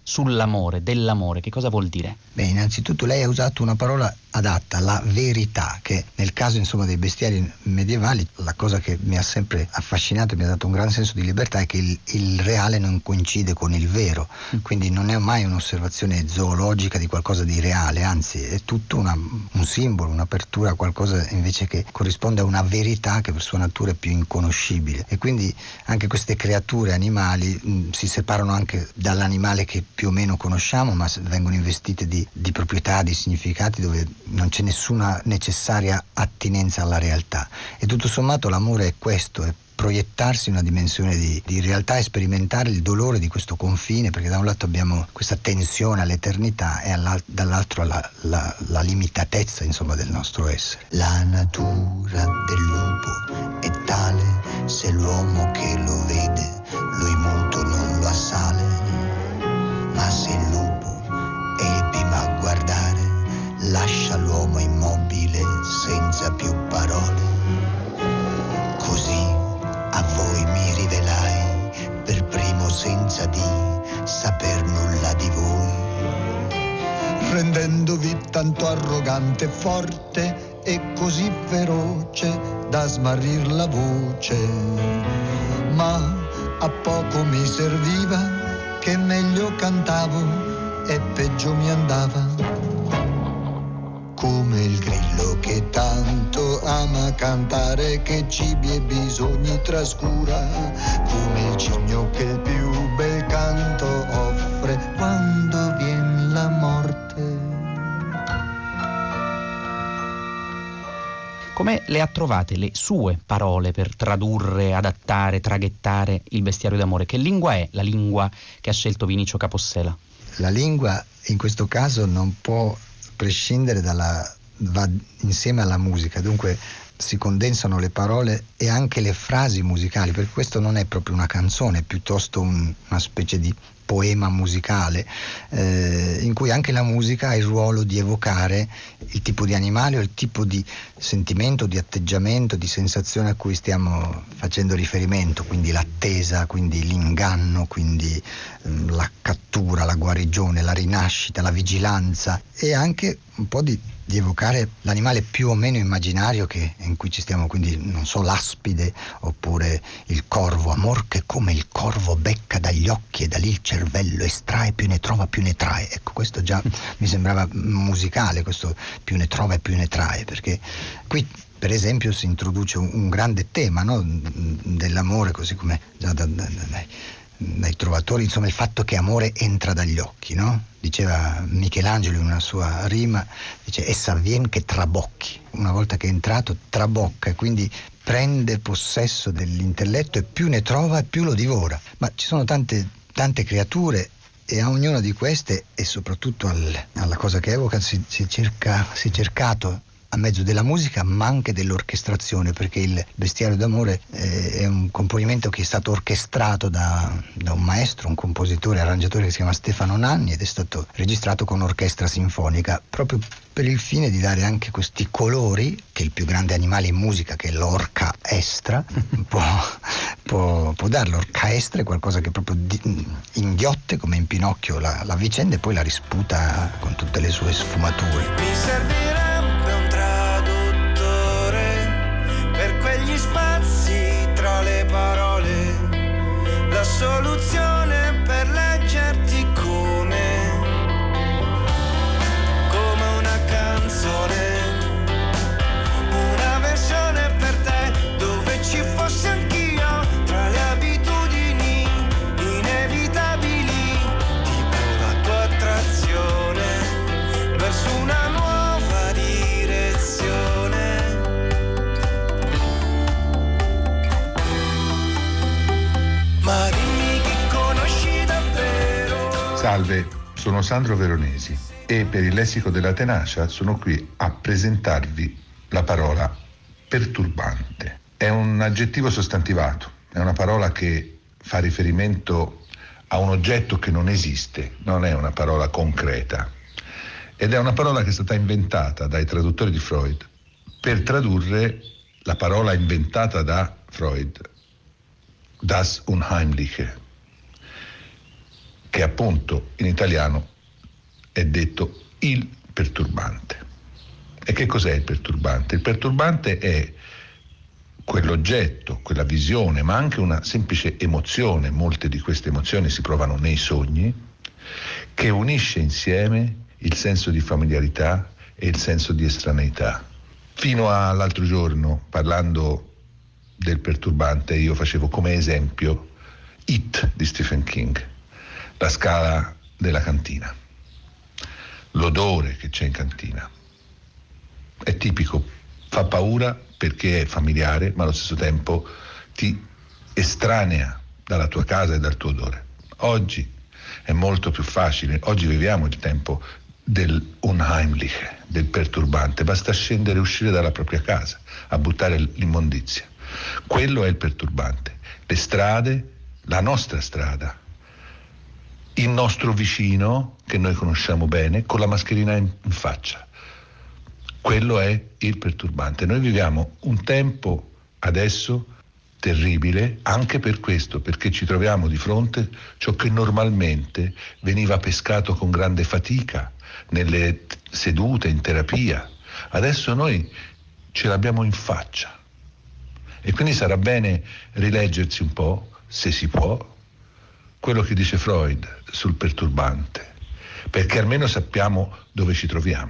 sull'amore, dell'amore, che cosa vuol dire? Beh, innanzitutto lei ha usato una parola adatta, la verità, che nel caso insomma dei bestiari medievali la cosa che mi ha sempre affascinato e mi ha dato un gran senso di libertà è che il, il reale non coincide con il vero, quindi non è mai un'osservazione zoologica di qualcosa di reale, anzi è tutto una, un simbolo, un'apertura a qualcosa invece che corrisponde a una verità che per sua natura è più inconoscibile, e quindi anche queste creature animali mh, si separano anche dall'animale che più o meno conosciamo, ma vengono investite di, di proprietà, di significati dove non c'è nessuna necessaria attinenza alla realtà. E tutto sommato l'amore è questo, è proiettarsi in una dimensione di, di realtà e sperimentare il dolore di questo confine, perché da un lato abbiamo questa tensione all'eternità e dall'altro la, la, la limitatezza insomma del nostro essere. La natura del lupo è tale, se l'uomo che lo vede lui muto non lo assale, ma se il lupo è il primo a guardare lascia l'uomo immobile senza più parole. Così a voi mi rivelai per primo senza di saper nulla di voi, rendendovi tanto arrogante e forte e così feroce da smarrir la voce. Ma a poco mi serviva che meglio cantavo e peggio mi andava. Come il grillo che tanto ama cantare, che cibi e bisogni trascura, come il cigno che il più bel canto offre quando vien la morte. Come le ha trovate le sue parole per tradurre, adattare, traghettare il bestiario d'amore? Che lingua è la lingua che ha scelto Vinicio Capossela? La lingua in questo caso non può prescindere dalla, va insieme alla musica, dunque si condensano le parole e anche le frasi musicali, perché questo non è proprio una canzone, è piuttosto un, una specie di poema musicale eh, in cui anche la musica ha il ruolo di evocare il tipo di animale o il tipo di sentimento, di atteggiamento, di sensazione a cui stiamo facendo riferimento, quindi l'attesa, quindi l'inganno, quindi ehm, la cattura, la guarigione, la rinascita, la vigilanza, e anche un po' di di evocare l'animale più o meno immaginario che, in cui ci stiamo, quindi non so, l'aspide oppure il corvo, amor che come il corvo becca dagli occhi e da lì il cervello estrae, più ne trova più ne trae. Ecco, questo già mi sembrava musicale, questo più ne trova e più ne trae, perché qui per esempio si introduce un, un grande tema, no? Dell'amore, così come già da, da, da, dai, dai trovatori, insomma il fatto che amore entra dagli occhi, no? Diceva Michelangelo in una sua rima, dice essa avvien che trabocchi, una volta che è entrato trabocca e quindi prende possesso dell'intelletto e più ne trova e più lo divora. Ma ci sono tante, tante creature e a ognuna di queste e soprattutto al, alla cosa che evoca si, si, cerca, si è cercato a mezzo della musica ma anche dell'orchestrazione, perché il bestiario d'amore eh, è un componimento che è stato orchestrato da, da un maestro, un compositore, arrangiatore che si chiama Stefano Nanni, ed è stato registrato con orchestra sinfonica proprio per il fine di dare anche questi colori che il più grande animale in musica, che è l'orca estra, può, può, può dare. L'orca estra è qualcosa che proprio di, inghiotte come in Pinocchio la, la vicenda e poi la risputa con tutte le sue sfumature. Mi servirà quegli spazi tra le parole, la soluzione per leggerti come come una canzone, una versione per te dove ci fossi anch'io, tra le abitudini inevitabili, tipo la tua attrazione verso una nuova direzione. Ma dimmi chi conosci davvero. Salve, sono Sandro Veronesi e per il Lessico della Tenacia sono qui a presentarvi la parola perturbante. È un aggettivo sostantivato, è una parola che fa riferimento a un oggetto che non esiste, non è una parola concreta. Ed è una parola che è stata inventata dai traduttori di Freud per tradurre la parola inventata da Freud, Das Unheimliche, che appunto in italiano è detto il perturbante. E che cos'è il perturbante? Il perturbante è quell'oggetto, quella visione, ma anche una semplice emozione, molte di queste emozioni si provano nei sogni, che unisce insieme il senso di familiarità e il senso di estraneità. Fino all'altro giorno, parlando del perturbante, io facevo come esempio It di Stephen King, la scala della cantina, l'odore che c'è in cantina. È tipico, fa paura perché è familiare, ma allo stesso tempo ti estranea dalla tua casa e dal tuo odore. Oggi è molto più facile, oggi viviamo il tempo del unheimliche, del perturbante, basta scendere e uscire dalla propria casa a buttare l'immondizia. Quello è il perturbante. Le strade, la nostra strada, il nostro vicino che noi conosciamo bene con la mascherina in, in faccia. Quello è il perturbante. Noi viviamo un tempo adesso terribile anche per questo, perché ci troviamo di fronte a ciò che normalmente veniva pescato con grande fatica nelle sedute, in terapia. Adesso noi ce l'abbiamo in faccia e quindi sarà bene rileggersi un po', se si può, quello che dice Freud sul perturbante, perché almeno sappiamo dove ci troviamo.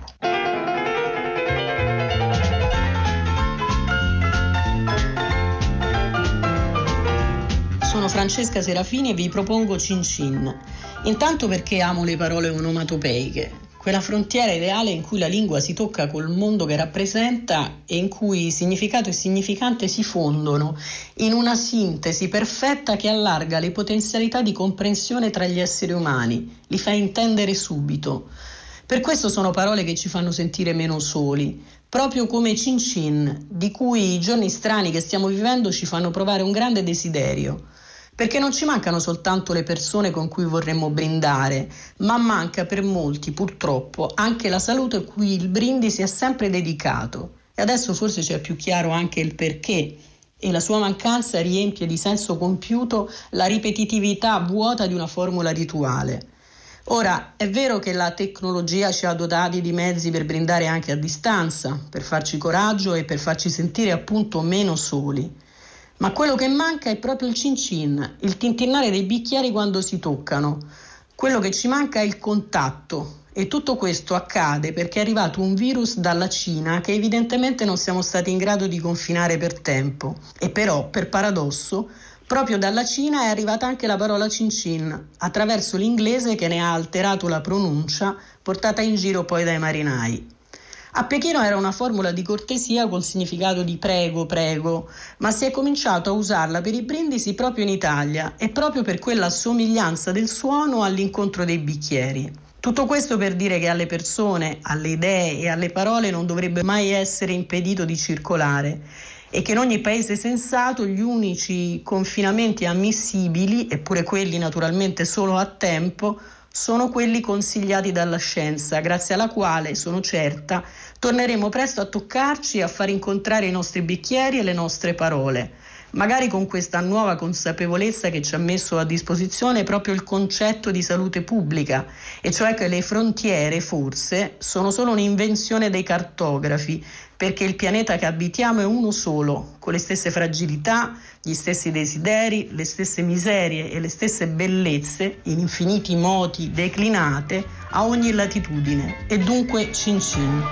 Sono Francesca Serafini e vi propongo Cin Cin. Intanto perché amo le parole onomatopeiche, quella frontiera ideale in cui la lingua si tocca col mondo che rappresenta e in cui significato e significante si fondono in una sintesi perfetta che allarga le potenzialità di comprensione tra gli esseri umani, li fa intendere subito. Per questo sono parole che ci fanno sentire meno soli, proprio come Cin Cin, di cui i giorni strani che stiamo vivendo ci fanno provare un grande desiderio. Perché non ci mancano soltanto le persone con cui vorremmo brindare, ma manca per molti, purtroppo, anche la salute a cui il brindisi è sempre dedicato. E adesso forse c'è più chiaro anche il perché, e la sua mancanza riempie di senso compiuto la ripetitività vuota di una formula rituale. Ora, è vero che la tecnologia ci ha dotati di mezzi per brindare anche a distanza, per farci coraggio e per farci sentire appunto meno soli. Ma quello che manca è proprio il cin cin, il tintinnare dei bicchieri quando si toccano. Quello che ci manca è il contatto. E tutto questo accade perché è arrivato un virus dalla Cina che evidentemente non siamo stati in grado di confinare per tempo. E però, per paradosso, proprio dalla Cina è arrivata anche la parola cin cin, attraverso l'inglese che ne ha alterato la pronuncia, portata in giro poi dai marinai. A Pechino era una formula di cortesia col significato di prego, prego, ma si è cominciato a usarla per i brindisi proprio in Italia e proprio per quella somiglianza del suono all'incontro dei bicchieri. Tutto questo per dire che alle persone, alle idee e alle parole non dovrebbe mai essere impedito di circolare e che in ogni paese sensato gli unici confinamenti ammissibili, eppure quelli naturalmente solo a tempo, sono quelli consigliati dalla scienza, grazie alla quale, sono certa, torneremo presto a toccarci e a far incontrare i nostri bicchieri e le nostre parole, magari con questa nuova consapevolezza che ci ha messo a disposizione proprio il concetto di salute pubblica, e cioè che le frontiere, forse, sono solo un'invenzione dei cartografi, perché il pianeta che abitiamo è uno solo, con le stesse fragilità, gli stessi desideri, le stesse miserie e le stesse bellezze, in infiniti modi declinate, a ogni latitudine. E dunque cin cin.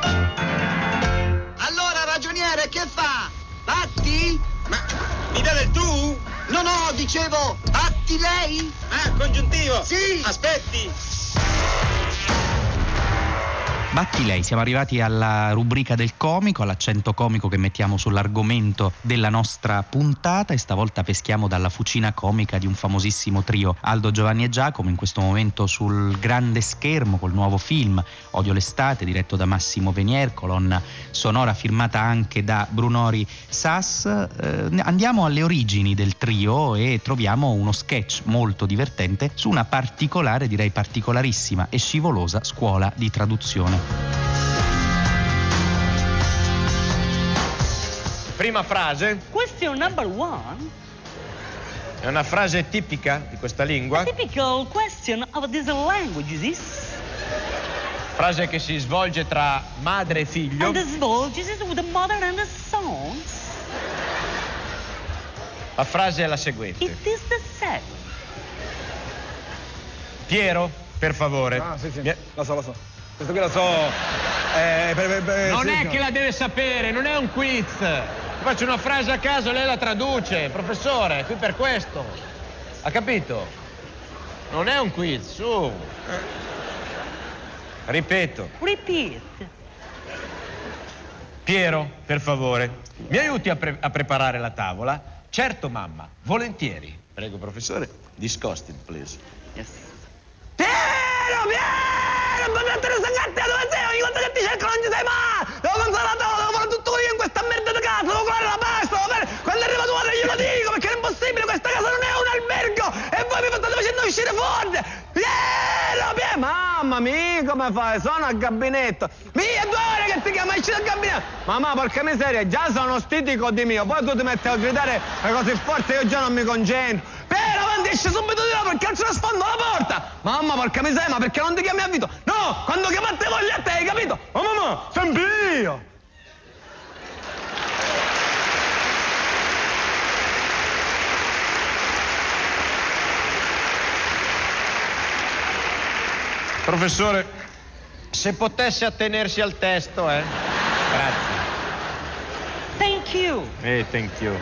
Allora, ragioniere, che fa? Batti? Ma mi dà del tu? No, no, dicevo, batti lei? Ah, congiuntivo? Sì! Aspetti! Batti lei, siamo arrivati alla rubrica del comico, all'accento comico che mettiamo sull'argomento della nostra puntata, e stavolta peschiamo dalla fucina comica di un famosissimo trio, Aldo, Giovanni e Giacomo, in questo momento sul grande schermo col nuovo film Odio l'estate, diretto da Massimo Venier, colonna sonora firmata anche da Brunori Sass. Eh, andiamo alle origini del trio e troviamo uno sketch molto divertente su una particolare, direi particolarissima e scivolosa scuola di traduzione. Prima frase. Question number one. È una frase tipica di questa lingua? Typical question of this language is Frase che si svolge tra madre e figlio. and svolges it with the mother and the sons. La frase è la seguente. It is the same. Piero, per favore. Ah, sì, sì, Mi- la so, la so. Questo qui la so. Eh, per, per, per, Non sì, è no. che la deve sapere, non è un quiz. Faccio una frase a caso e lei la traduce. Professore, è qui per questo. Ha capito? Non è un quiz, su. Ripeto. Repeat. Piero, per favore, mi aiuti a, pre- a preparare la tavola? Certo, mamma, volentieri. Prego, professore. Disgusted, please. Yes. Piero, Piero, ma te ne sangatti, dove sei? Ogni volta che ti cerco non ci sei mai! Devo pensare la tavola, devo fare tutto io in questa merda di casa, devo colare la pasta, devo fare... Quando arriva tua madre glielo dico, perché è impossibile, questa casa non è un albergo! E voi mi state facendo uscire fuori! Piero, Piero! Mamma mia, come fai? Sono al gabinetto! Mia, due ore che ti chiama, esci dal gabinetto! Mamma, porca miseria, già sono stitico di mio, poi tu ti metti a gridare le cose forti, io già non mi concentro! Piero, avanti, esci subito di là, perché calcio la sfondo la porta! Mamma, porca miseria, ma perché non ti chiami a Vito? No, quando chiamate voglio a te, hai capito? Oh mamma, sempre io! Professore, se potesse attenersi al testo, eh? Grazie. Thank you. Eh, thank you.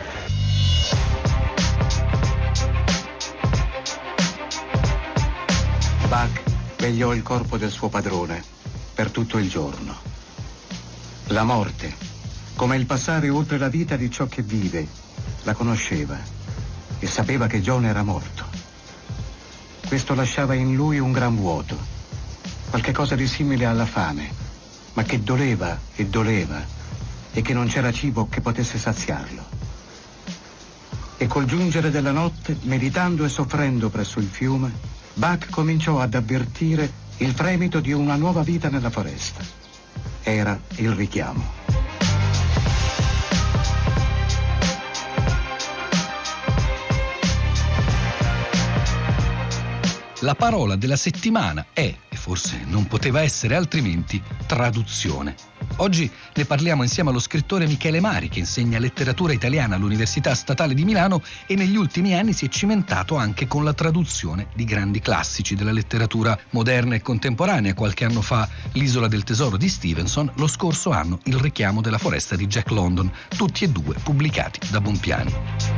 Bach vegliò il corpo del suo padrone per tutto il giorno. La morte, come il passare oltre la vita di ciò che vive, la conosceva e sapeva che John era morto. Questo lasciava in lui un gran vuoto, qualche cosa di simile alla fame, ma che doleva e doleva e che non c'era cibo che potesse saziarlo. E col giungere della notte, meditando e soffrendo presso il fiume, Bach cominciò ad avvertire il fremito di una nuova vita nella foresta. Era il richiamo. La parola della settimana è, e forse non poteva essere altrimenti, traduzione. Oggi ne parliamo insieme allo scrittore Michele Mari, che insegna letteratura italiana all'Università Statale di Milano e negli ultimi anni si è cimentato anche con la traduzione di grandi classici della letteratura moderna e contemporanea. Qualche anno fa L'Isola del Tesoro di Stevenson, lo scorso anno Il Richiamo della Foresta di Jack London, tutti e due pubblicati da Bompiani.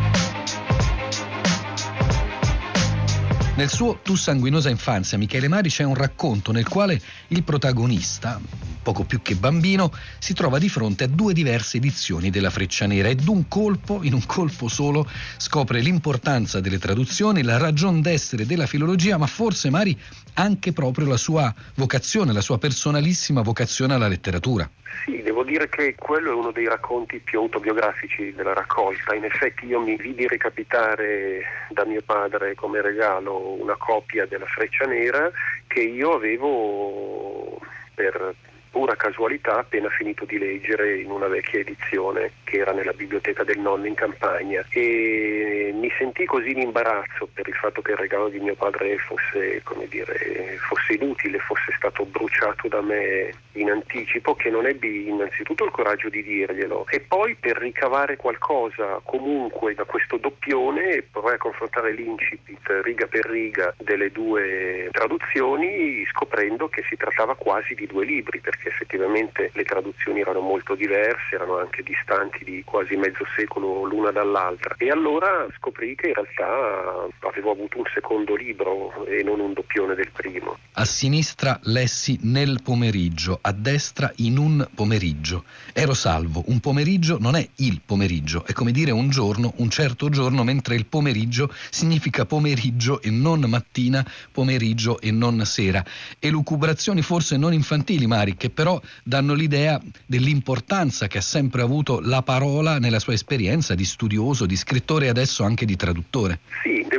Nel suo Tu sanguinosa infanzia, Michele Mari, c'è un racconto nel quale il protagonista, poco più che bambino, si trova di fronte a due diverse edizioni della Freccia Nera e d'un colpo, in un colpo solo, scopre l'importanza delle traduzioni, la ragion d'essere della filologia, ma forse Mari anche proprio la sua vocazione, la sua personalissima vocazione alla letteratura. Sì, devo dire che quello è uno dei racconti più autobiografici della raccolta. In effetti io mi vidi recapitare da mio padre come regalo una copia della Freccia Nera che io avevo per pura casualità appena finito di leggere in una vecchia edizione che era nella biblioteca del nonno in campagna, e mi sentii così in imbarazzo per il fatto che il regalo di mio padre fosse, come dire, fosse inutile, fosse stato bruciato da me in anticipo, che non ebbi innanzitutto il coraggio di dirglielo, e poi per ricavare qualcosa comunque da questo doppione provai a confrontare l'incipit riga per riga delle due traduzioni, scoprendo che si trattava quasi di due libri, perché effettivamente le traduzioni erano molto diverse, erano anche distanti di quasi mezzo secolo l'una dall'altra, e allora scoprì che in realtà avevo avuto un secondo libro e non un doppione del primo. A sinistra lessi Nel pomeriggio, a destra In un pomeriggio. Ero salvo, un pomeriggio non è il pomeriggio, è come dire un giorno, un certo giorno, mentre il pomeriggio significa pomeriggio e non mattina, pomeriggio e non sera. Elucubrazioni forse non infantili, Mari, che però danno l'idea dell'importanza che ha sempre avuto la parola nella sua esperienza di studioso, di scrittore e adesso anche di traduttore. Sì, devo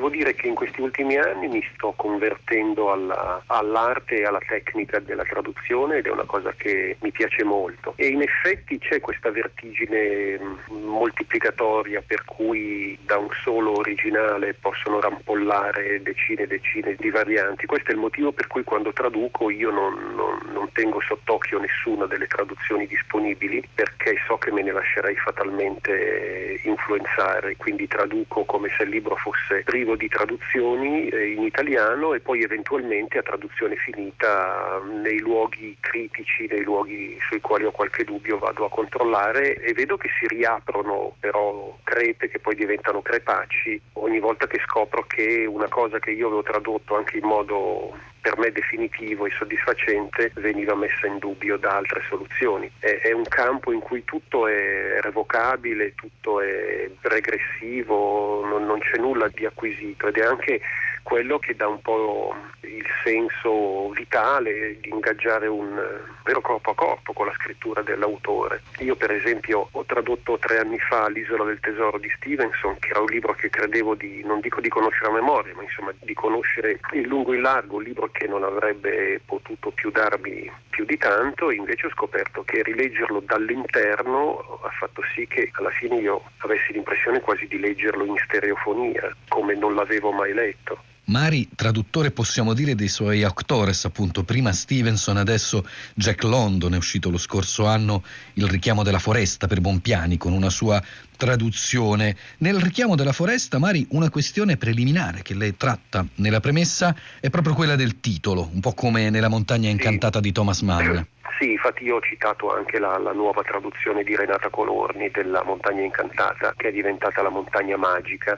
devo dire che in questi ultimi anni mi sto convertendo alla, all'arte e alla tecnica della traduzione ed è una cosa che mi piace molto. E in effetti c'è questa vertigine moltiplicatoria per cui da un solo originale possono rampollare decine e decine di varianti. Questo è il motivo per cui quando traduco io non, non, non tengo sott'occhio nessuna delle traduzioni disponibili, perché so che me ne lascerei fatalmente influenzare, quindi traduco come se il libro fosse privo di traduzioni in italiano e poi eventualmente a traduzione finita nei luoghi critici, nei luoghi sui quali ho qualche dubbio vado a controllare e vedo che si riaprono però crepe che poi diventano crepacci ogni volta che scopro che una cosa che io avevo tradotto anche in modo per me definitivo e soddisfacente veniva messa in dubbio da altre soluzioni. È, è un campo in cui tutto è revocabile, tutto è regressivo, non, non c'è nulla di acquisito ed è anche quello che dà un po' il senso vitale di ingaggiare un vero corpo a corpo con la scrittura dell'autore. Io per esempio ho tradotto tre anni fa L'isola del tesoro di Stevenson, che era un libro che credevo di, non dico di conoscere a memoria, ma insomma di conoscere in lungo e in largo, un libro che non avrebbe potuto più darmi più di tanto, e invece ho scoperto che rileggerlo dall'interno ha fatto sì che alla fine io avessi l'impressione quasi di leggerlo in stereofonia, come non l'avevo mai letto. Mari, traduttore possiamo dire dei suoi autores, appunto, prima Stevenson, adesso Jack London, è uscito lo scorso anno Il richiamo della foresta per Bompiani con una sua traduzione. Nel richiamo della foresta, Mari, una questione preliminare che lei tratta nella premessa è proprio quella del titolo, un po' come nella Montagna incantata di Thomas Mann. Sì, infatti io ho citato anche la, la nuova traduzione di Renata Colorni della Montagna Incantata, che è diventata La Montagna Magica.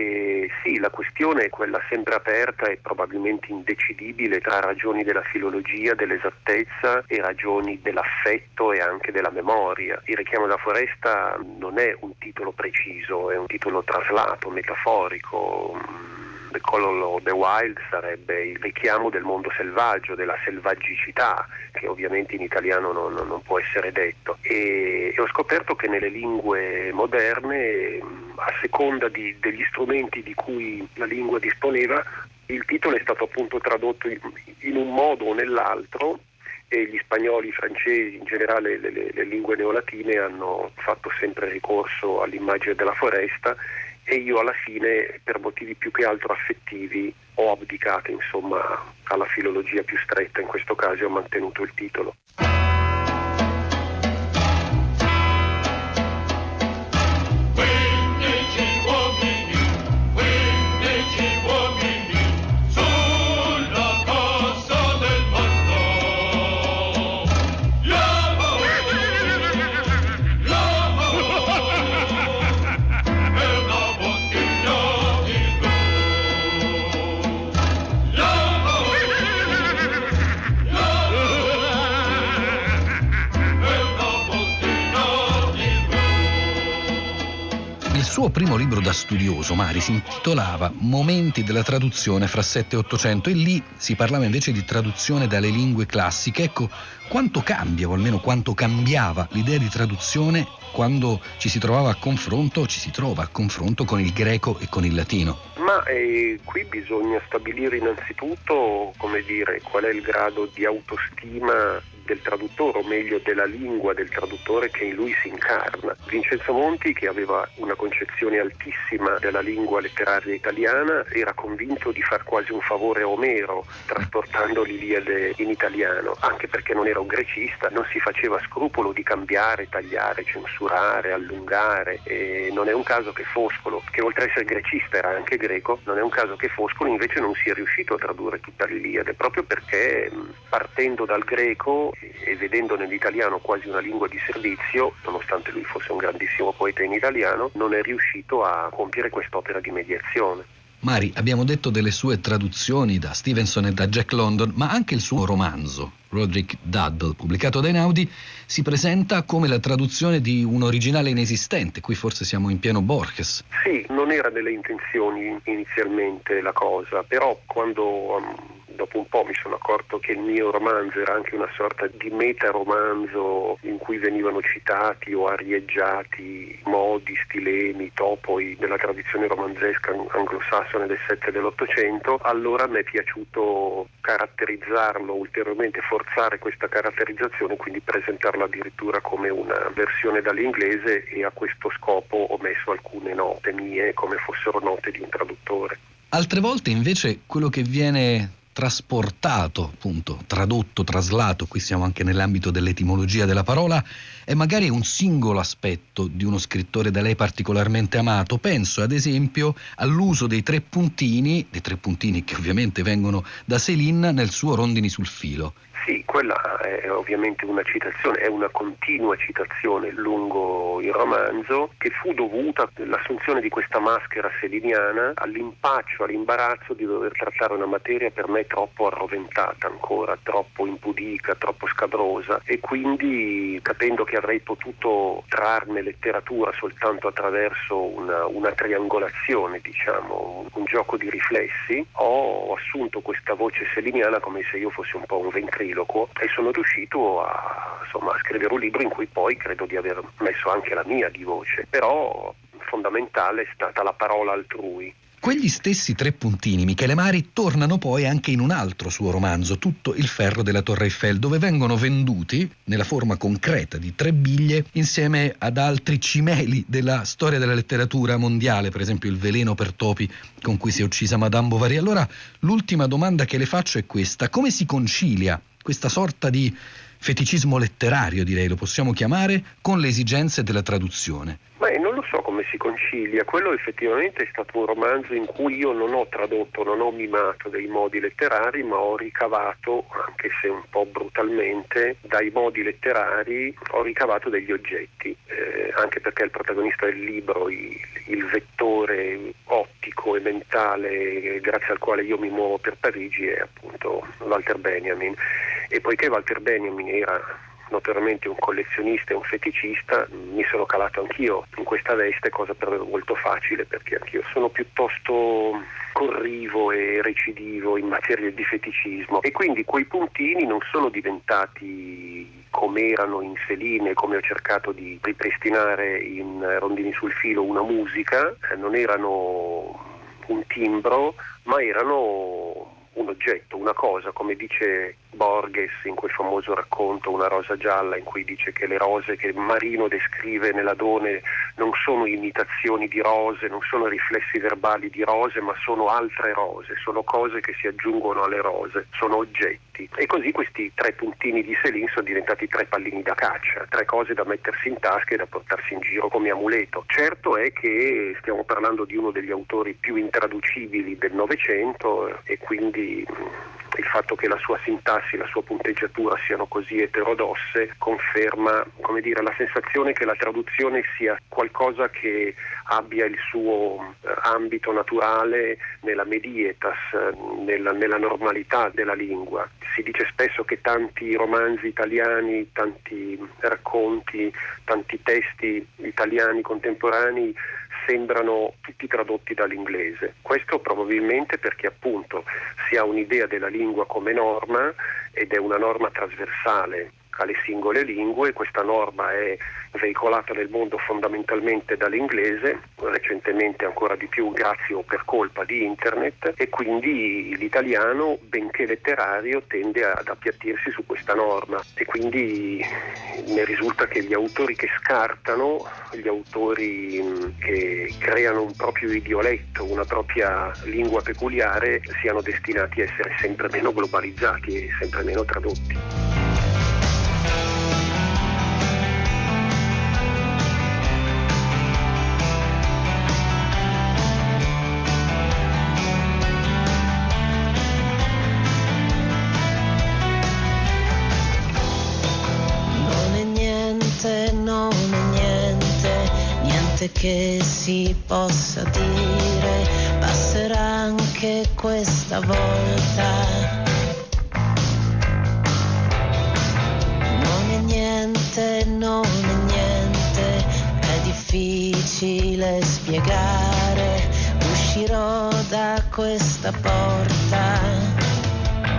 E sì, la questione è quella sempre aperta e probabilmente indecidibile tra ragioni della filologia, dell'esattezza e ragioni dell'affetto e anche della memoria. Il richiamo della foresta non è un titolo preciso, è un titolo traslato, metaforico. The Call of the Wild sarebbe il richiamo del mondo selvaggio, della selvagicità, che ovviamente in italiano non, non può essere detto. E, e ho scoperto che nelle lingue moderne, a seconda di, degli strumenti di cui la lingua disponeva, il titolo è stato appunto tradotto in, in un modo o nell'altro, e gli spagnoli, i francesi, in generale le, le, le lingue neolatine hanno fatto sempre ricorso all'immagine della foresta, e io alla fine, per motivi più che altro affettivi, ho abdicato insomma alla filologia più stretta, in questo caso ho mantenuto il titolo. Il suo primo libro da studioso, Mari, si intitolava Momenti della traduzione fra sette e ottocento e lì si parlava invece di traduzione dalle lingue classiche. Ecco, quanto cambia, o almeno quanto cambiava l'idea di traduzione quando ci si trovava a confronto, ci si trova a confronto con il greco e con il latino? Ma eh, qui bisogna stabilire innanzitutto, come dire, qual è il grado di autostima del traduttore, o meglio della lingua del traduttore che in lui si incarna. Vincenzo Monti, che aveva una concezione altissima della lingua letteraria italiana, era convinto di far quasi un favore a Omero trasportando l'Iliade in italiano, anche perché non era un grecista, non si faceva scrupolo di cambiare, tagliare, censurare, allungare. E non è un caso che Foscolo, che oltre a essere grecista era anche greco, non è un caso che Foscolo invece non sia riuscito a tradurre tutta l'Iliade, proprio perché partendo dal greco e vedendo nell'italiano quasi una lingua di servizio, nonostante lui fosse un grandissimo poeta in italiano, non è riuscito a compiere quest'opera di mediazione. Mari, abbiamo detto delle sue traduzioni da Stevenson e da Jack London, ma anche il suo romanzo, Roderick Duddle, pubblicato da Einaudi, si presenta come la traduzione di un originale inesistente. Qui forse siamo in pieno Borges. Sì, non era nelle intenzioni inizialmente la cosa, però quando um, dopo un po' mi sono accorto che il mio romanzo era anche una sorta di metaromanzo in cui venivano citati o arieggiati modi, stilemi, topoi della tradizione romanzesca anglosassone del sette e dell'Ottocento. Allora mi è piaciuto caratterizzarlo ulteriormente, forzare questa caratterizzazione, quindi presentarlo addirittura come una versione dall'inglese, e a questo scopo ho messo alcune note mie come fossero note di un traduttore. Altre volte invece quello che viene trasportato, appunto, tradotto, traslato, qui siamo anche nell'ambito dell'etimologia della parola, è magari un singolo aspetto di uno scrittore da lei particolarmente amato. Penso ad esempio all'uso dei tre puntini, dei tre puntini che ovviamente vengono da Céline nel suo Rondini sul filo. Sì, quella è ovviamente una citazione, è una continua citazione lungo il romanzo, che fu dovuta all'assunzione di questa maschera seliniana, all'impaccio, all'imbarazzo di dover trattare una materia per me troppo arroventata ancora, troppo impudica, troppo scabrosa, e quindi, capendo che avrei potuto trarne letteratura soltanto attraverso una, una triangolazione, diciamo, un, un gioco di riflessi, ho assunto questa voce seliniana come se io fossi un po' un ventriloquo, e sono riuscito a, insomma, a scrivere un libro in cui poi credo di aver messo anche la mia di voce, però fondamentale è stata la parola altrui. Quegli stessi tre puntini, Michele Mari, tornano poi anche in un altro suo romanzo, Tutto il ferro della Torre Eiffel, dove vengono venduti nella forma concreta di tre biglie insieme ad altri cimeli della storia della letteratura mondiale, per esempio Il veleno per topi con cui si è uccisa Madame Bovary. Allora l'ultima domanda che le faccio è questa: come si concilia questa sorta di feticismo letterario, direi lo possiamo chiamare, con le esigenze della traduzione? Beh, non lo so come si concilia. Quello effettivamente è stato un romanzo in cui io non ho tradotto, non ho mimato dei modi letterari, ma ho ricavato, anche se un po' brutalmente, dai modi letterari ho ricavato degli oggetti, eh, anche perché il protagonista del libro, il, il vettore ottico e mentale grazie al quale io mi muovo per Parigi, è appunto Walter Benjamin. E poiché Walter Benjamin era notoriamente un collezionista e un feticista, mi sono calato anch'io in questa veste, cosa per me molto facile, perché anch'io sono piuttosto corrivo e recidivo in materia di feticismo, e quindi quei puntini non sono diventati come erano in Céline, come ho cercato di ripristinare in Rondini sul filo, una musica, non erano un timbro, ma erano un oggetto, una cosa, come dice Borges in quel famoso racconto Una rosa gialla, in cui dice che le rose che Marino descrive nell'Adone non sono imitazioni di rose, non sono riflessi verbali di rose, ma sono altre rose, sono cose che si aggiungono alle rose, sono oggetti. E così questi tre puntini di Céline sono diventati tre pallini da caccia, tre cose da mettersi in tasca e da portarsi in giro come amuleto. Certo è che stiamo parlando di uno degli autori più intraducibili del Novecento, e quindi il fatto che la sua sintassi, la sua punteggiatura siano così eterodosse conferma, come dire, la sensazione che la traduzione sia qualcosa che abbia il suo ambito naturale nella medietas, nella, nella normalità della lingua. Si dice spesso che tanti romanzi italiani, tanti racconti, tanti testi italiani contemporanei sembrano tutti tradotti dall'inglese. Questo probabilmente perché appunto si ha un'idea della lingua come norma, ed è una norma trasversale alle singole lingue. Questa norma è veicolata nel mondo fondamentalmente dall'inglese, recentemente ancora di più grazie o per colpa di internet, e quindi l'italiano, benché letterario, tende ad appiattirsi su questa norma, e quindi ne risulta che gli autori che scartano, gli autori che creano un proprio idioletto, una propria lingua peculiare, siano destinati a essere sempre meno globalizzati e sempre meno tradotti. Non è niente, niente che si possa dire, passerà anche questa volta. Non è niente, non è niente, è difficile spiegare, uscirò da questa porta.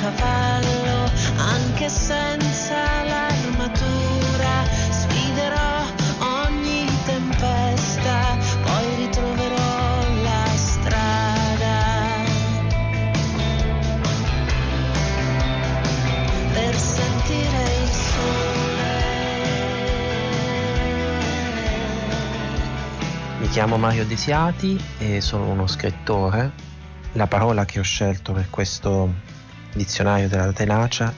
cavallo, anche senza l'armatura, sfiderò ogni tempesta, poi ritroverò la strada per sentire il sole. Mi chiamo Mario Desiati e sono uno scrittore. La parola che ho scelto per questo dizionario della tenacia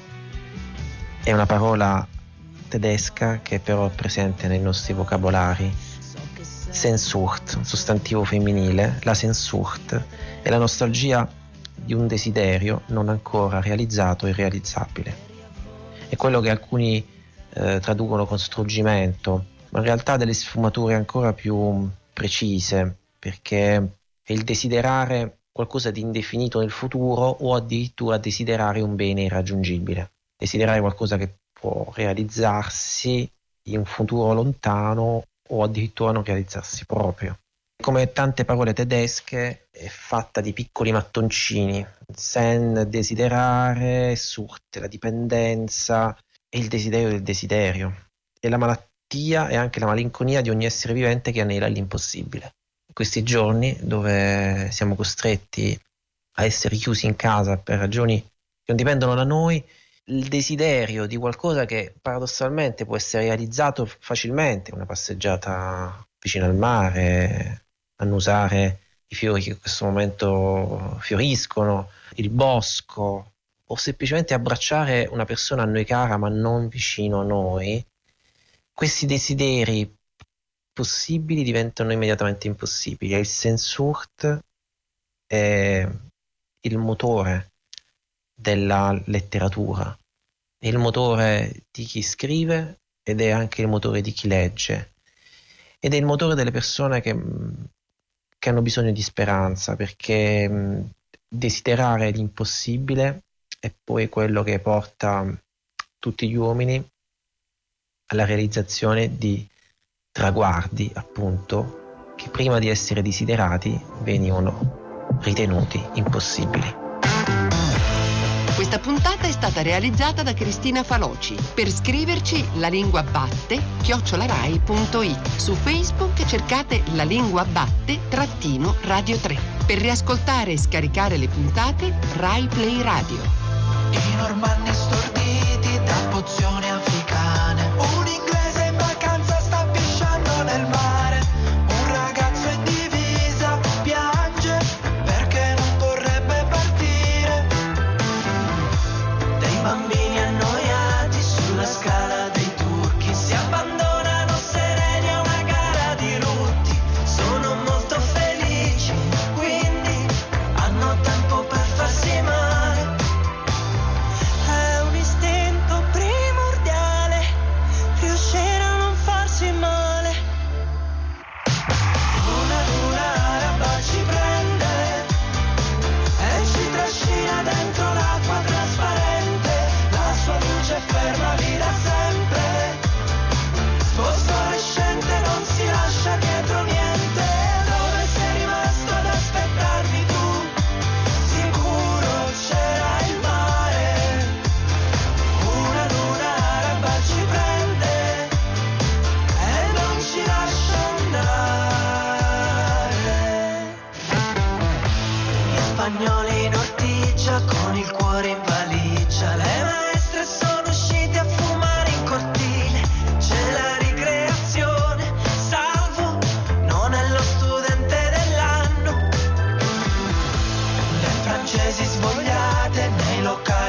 è una parola tedesca che però è presente nei nostri vocabolari. Sehnsucht, sostantivo femminile. La Sehnsucht è la nostalgia di un desiderio non ancora realizzato e realizzabile. È quello che alcuni eh, traducono con struggimento, ma in realtà ha delle sfumature ancora più precise, perché è il desiderare qualcosa di indefinito nel futuro o addirittura desiderare un bene irraggiungibile, desiderare qualcosa che può realizzarsi in un futuro lontano o addirittura non realizzarsi proprio. Come tante parole tedesche è fatta di piccoli mattoncini: Sen, desiderare, Sucht, la dipendenza, e il desiderio del desiderio, e la malattia e anche la malinconia di ogni essere vivente che anela l'impossibile. Questi giorni dove siamo costretti a essere chiusi in casa per ragioni che non dipendono da noi, il desiderio di qualcosa che paradossalmente può essere realizzato facilmente, una passeggiata vicino al mare, annusare i fiori che in questo momento fioriscono, il bosco, o semplicemente abbracciare una persona a noi cara ma non vicino a noi, questi desideri possibili diventano immediatamente impossibili. Il Sehnsucht è il motore della letteratura, è il motore di chi scrive ed è anche il motore di chi legge, ed è il motore delle persone che, che hanno bisogno di speranza, perché mh, desiderare l'impossibile è poi quello che porta tutti gli uomini alla realizzazione di traguardi, appunto, che prima di essere desiderati venivano ritenuti impossibili. Questa puntata è stata realizzata da Cristina Faloci. Per scriverci La Lingua Batte chiocciolarai punto it. Su Facebook cercate La Lingua Batte trattino Radio tre. Per riascoltare e scaricare le puntate Rai Play Radio. I normanni storditi da pozioni africane. Un inglese in vacanza sta pisciando nel mare. Un ragazzo in divisa piange perché non vorrebbe partire. Dei bambini annoiati sulla scala dei turchi si abbandonano sereni a una gara di lutti. Sono molto felici, quindi hanno tempo per farsi male. È un istinto primordiale riuscire a non farsi male. Una luna araba ci prende e ci trascina dentro l'acqua trasparente. La sua luce ferma lì da sempre, fosforescente, non si lascia dietro niente. Dove sei rimasto ad aspettarmi tu? Sicuro c'era il mare. Una luna araba ci prende e non ci lascia andare. Gli spagnoli in ortigia con il cuore in valigia, le maestre sono uscite a fumare in cortile. C'è la ricreazione, salvo non è lo studente dell'anno. Le francesi svogliate nei locali